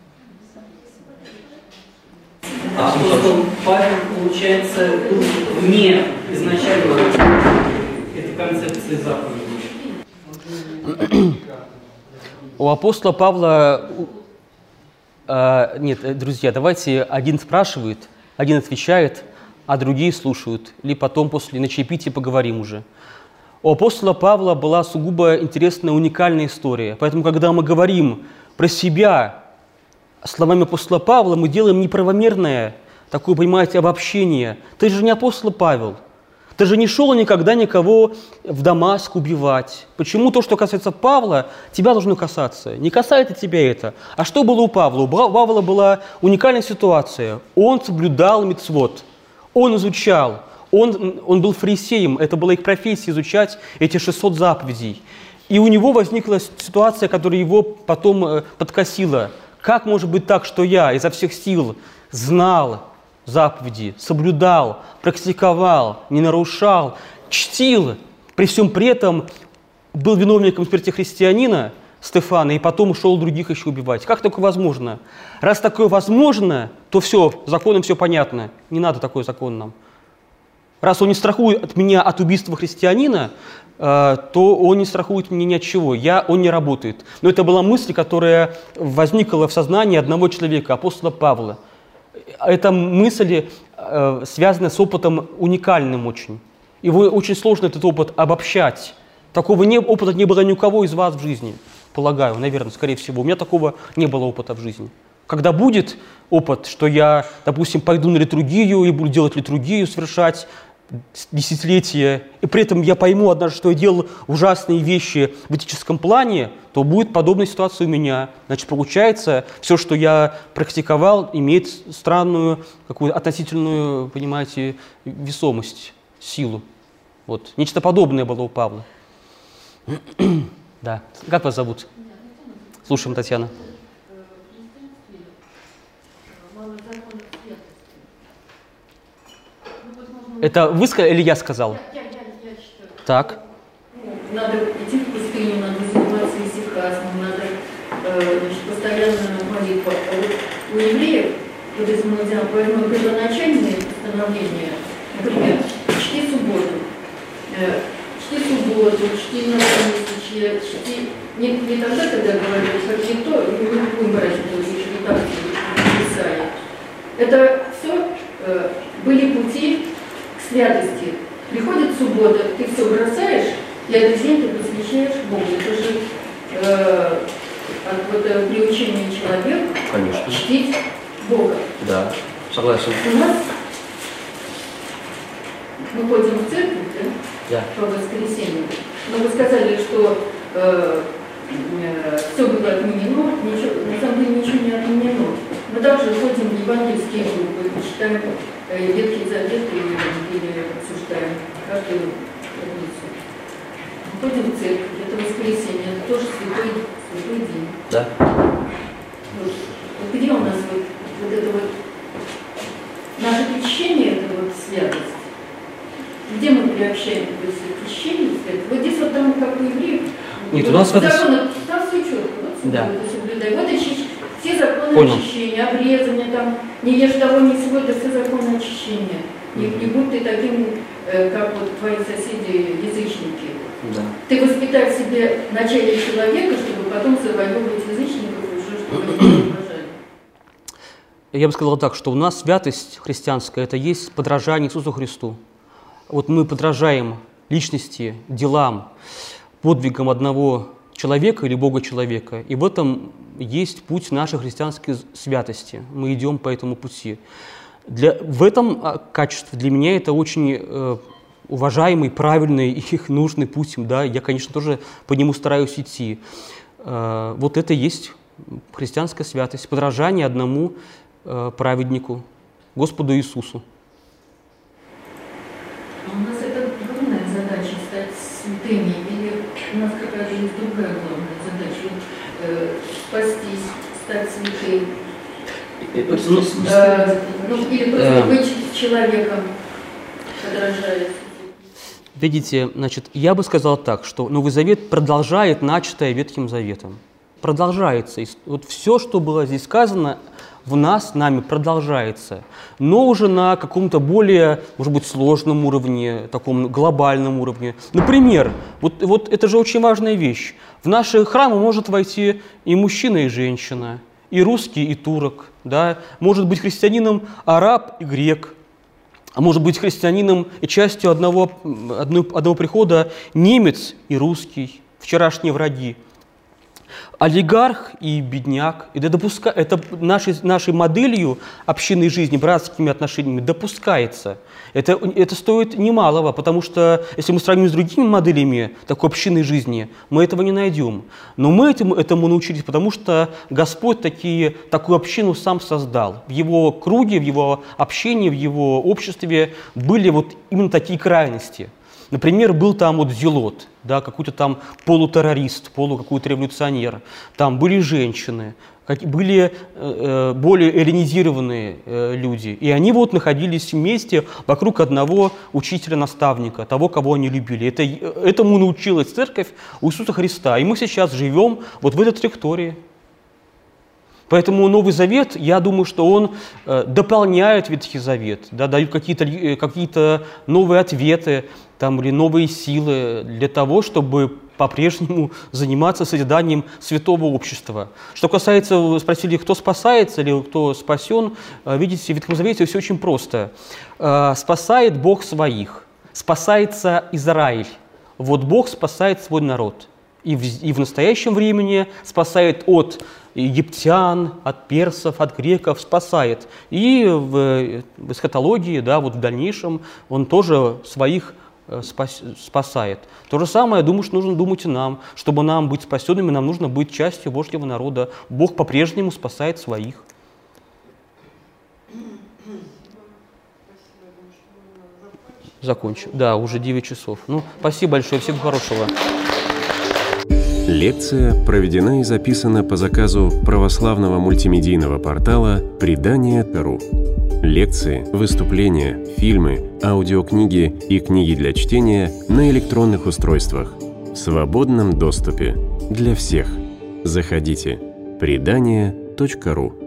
А апостол Павел, получается, вне изначально этой концепции заповедей. У апостола Павла... Э, нет, друзья, давайте один спрашивает, один отвечает, а другие слушают. Или потом после на чаепитии поговорим уже. У апостола Павла была сугубо интересная, уникальная история. Поэтому, когда мы говорим про себя словами апостола Павла, мы делаем неправомерное, такое, понимаете, обобщение. Ты же не апостол Павел. Ты же не шел никогда никого в Дамаск убивать. Почему то, что касается Павла, тебя должно касаться? Не касается тебя это. А что было у Павла? У Павла была уникальная ситуация. Он соблюдал мицвот, он изучал, он, он был фарисеем, это была их профессия изучать эти шестьсот заповедей. И у него возникла ситуация, которая его потом подкосила. Как может быть так, что я изо всех сил знал заповеди, соблюдал, практиковал, не нарушал, чтил, при всем при этом был виновником смерти христианина Стефана и потом ушел других еще убивать? Как такое возможно? Раз такое возможно, то все, законом все понятно. Не надо такой закон нам. Раз он не страхует от меня от убийства христианина, э, то он не страхует меня ни от чего. Я, он не работает. Но это была мысль, которая возникла в сознании одного человека, апостола Павла. Эта мысль э, связана с опытом уникальным очень. Его очень сложно этот опыт обобщать. Такого не, опыта не было ни у кого из вас в жизни, полагаю, наверное, скорее всего. У меня такого не было опыта в жизни. Когда будет опыт, что я, допустим, пойду на литургию и буду делать литургию, совершать десятилетия, и при этом я пойму однажды, что я делал ужасные вещи в этическом плане, то будет подобная ситуация у меня. Значит, получается, все, что я практиковал, имеет странную, какую-то относительную, понимаете, весомость, силу. Вот. Нечто подобное было у Павла. Да. Как вас зовут? Слушаем, Татьяна. Это вы сказали или я сказал? Я, я, я считаю. Так. Надо идти в пустыню, надо заниматься исихазмом, надо э, значит, постоянно молитву. А вот у евреев, вот если мы возьмем первоначальные постановления, например, чти субботу, э, чти субботу, чти новомесячье, чти не, не тогда, когда говорят, как никто, не будем брать еще редакцию Исаии. Это все э, были пути к святости. Приходит суббота, ты все бросаешь, и этот день ты посвящаешь Богу. Это же э, от вот, э, приучения человека Конечно. чтить Бога. Да, согласен. У нас мы ходим в церковь, да? Да. По воскресенью. Но вы сказали, что э, э, все было отменено, ничего, на самом деле ничего не отменено. Мы также ходим в евангельские группы, читаем э, Ветхий Завет или, или обсуждаем каждую таблицу. Ходим в церковь, это воскресенье, это тоже святой, святой день. Да. Вот. Вот где у нас вот, вот это вот наше крещение, это вот святость? Где мы приобщаем к крещению, святость? Вот здесь вот там, как у евреев, Нет, вот у нас законы, это... там все четко. Вот Да. это соблюдай. Вот очищ... все законы Понял. очищения, обрезания, там, не ешь того, не сего, это все законы очищения. Не, не будь ты таким, э, как вот твои соседи, язычники. Да. Ты воспитай в себе начале человека, чтобы потом завоевывать язычников уже, чтобы они не уважали. Я бы сказал так, что у нас святость христианская – это есть подражание Иисусу Христу. Вот мы подражаем личности, делам, подвигам одного человека или Бога-человека. И в этом есть путь нашей христианской святости. Мы идем по этому пути. Для, в этом качестве для меня это очень э, уважаемый, правильный и нужный путь. Да? Я, конечно, тоже по нему стараюсь идти. Э, вот это и есть христианская святость, подражание одному э, праведнику, Господу Иисусу. А у нас это главная задача стать святыми, или у нас какая-то есть другая главная задача? Э, спастись, стать святым. Э, ну, или просто быть человеком, подражая. Видите, значит, я бы сказал так, что Новый Завет продолжает начатое Ветхим Заветом. Продолжается. Вот все, что было здесь сказано, в нас, нами продолжается, но уже на каком-то более, может быть, сложном уровне, таком глобальном уровне. Например, вот, вот это же очень важная вещь. В наши храмы может войти и мужчина, и женщина, и русский, и турок, да? Может быть христианином араб и грек, а может быть христианином и частью одного, одного, одного прихода немец и русский, вчерашние враги. Олигарх и бедняк, это, допуска... это нашей, нашей моделью общинной жизни, братскими отношениями допускается. Это, это стоит немалого, потому что если мы сравним с другими моделями такой общинной жизни, мы этого не найдем. Но мы этому, этому научились, потому что Господь такие, такую общину сам создал. В его круге, в его общении, в его обществе были вот именно такие крайности. Например, был там вот зелот, да, какой-то там полутеррорист, полу какой-то революционер. Там были женщины, были э, более эллинизированные э, люди. И они вот находились вместе вокруг одного учителя-наставника, того, кого они любили. Это, этому научилась церковь у Иисуса Христа. И мы сейчас живем вот в этой траектории. Поэтому Новый Завет, я думаю, что он э, дополняет Ветхий Завет, да, дает какие-то э, какие-то новые ответы там, или новые силы для того, чтобы по-прежнему заниматься созиданием святого общества. Что касается, вы спросили, кто спасается или кто спасен, э, видите, в Ветхом Завете все очень просто. Э, спасает Бог своих, спасается Израиль. Вот Бог спасает свой народ. И в, и в настоящем времени спасает от египтян, от персов, от греков, спасает. И в, в эсхатологии, да, вот в дальнейшем он тоже своих спас, спасает. То же самое, я думаю, что нужно думать и нам. Чтобы нам быть спасенными, нам нужно быть частью Божьего народа. Бог по-прежнему спасает своих. Закончим. Да, уже девять часов. Ну, спасибо большое, всего хорошего. Лекция проведена и записана по заказу православного мультимедийного портала предания точка ру. Лекции, выступления, фильмы, аудиокниги и книги для чтения на электронных устройствах в свободном доступе для всех. Заходите предания точка ру.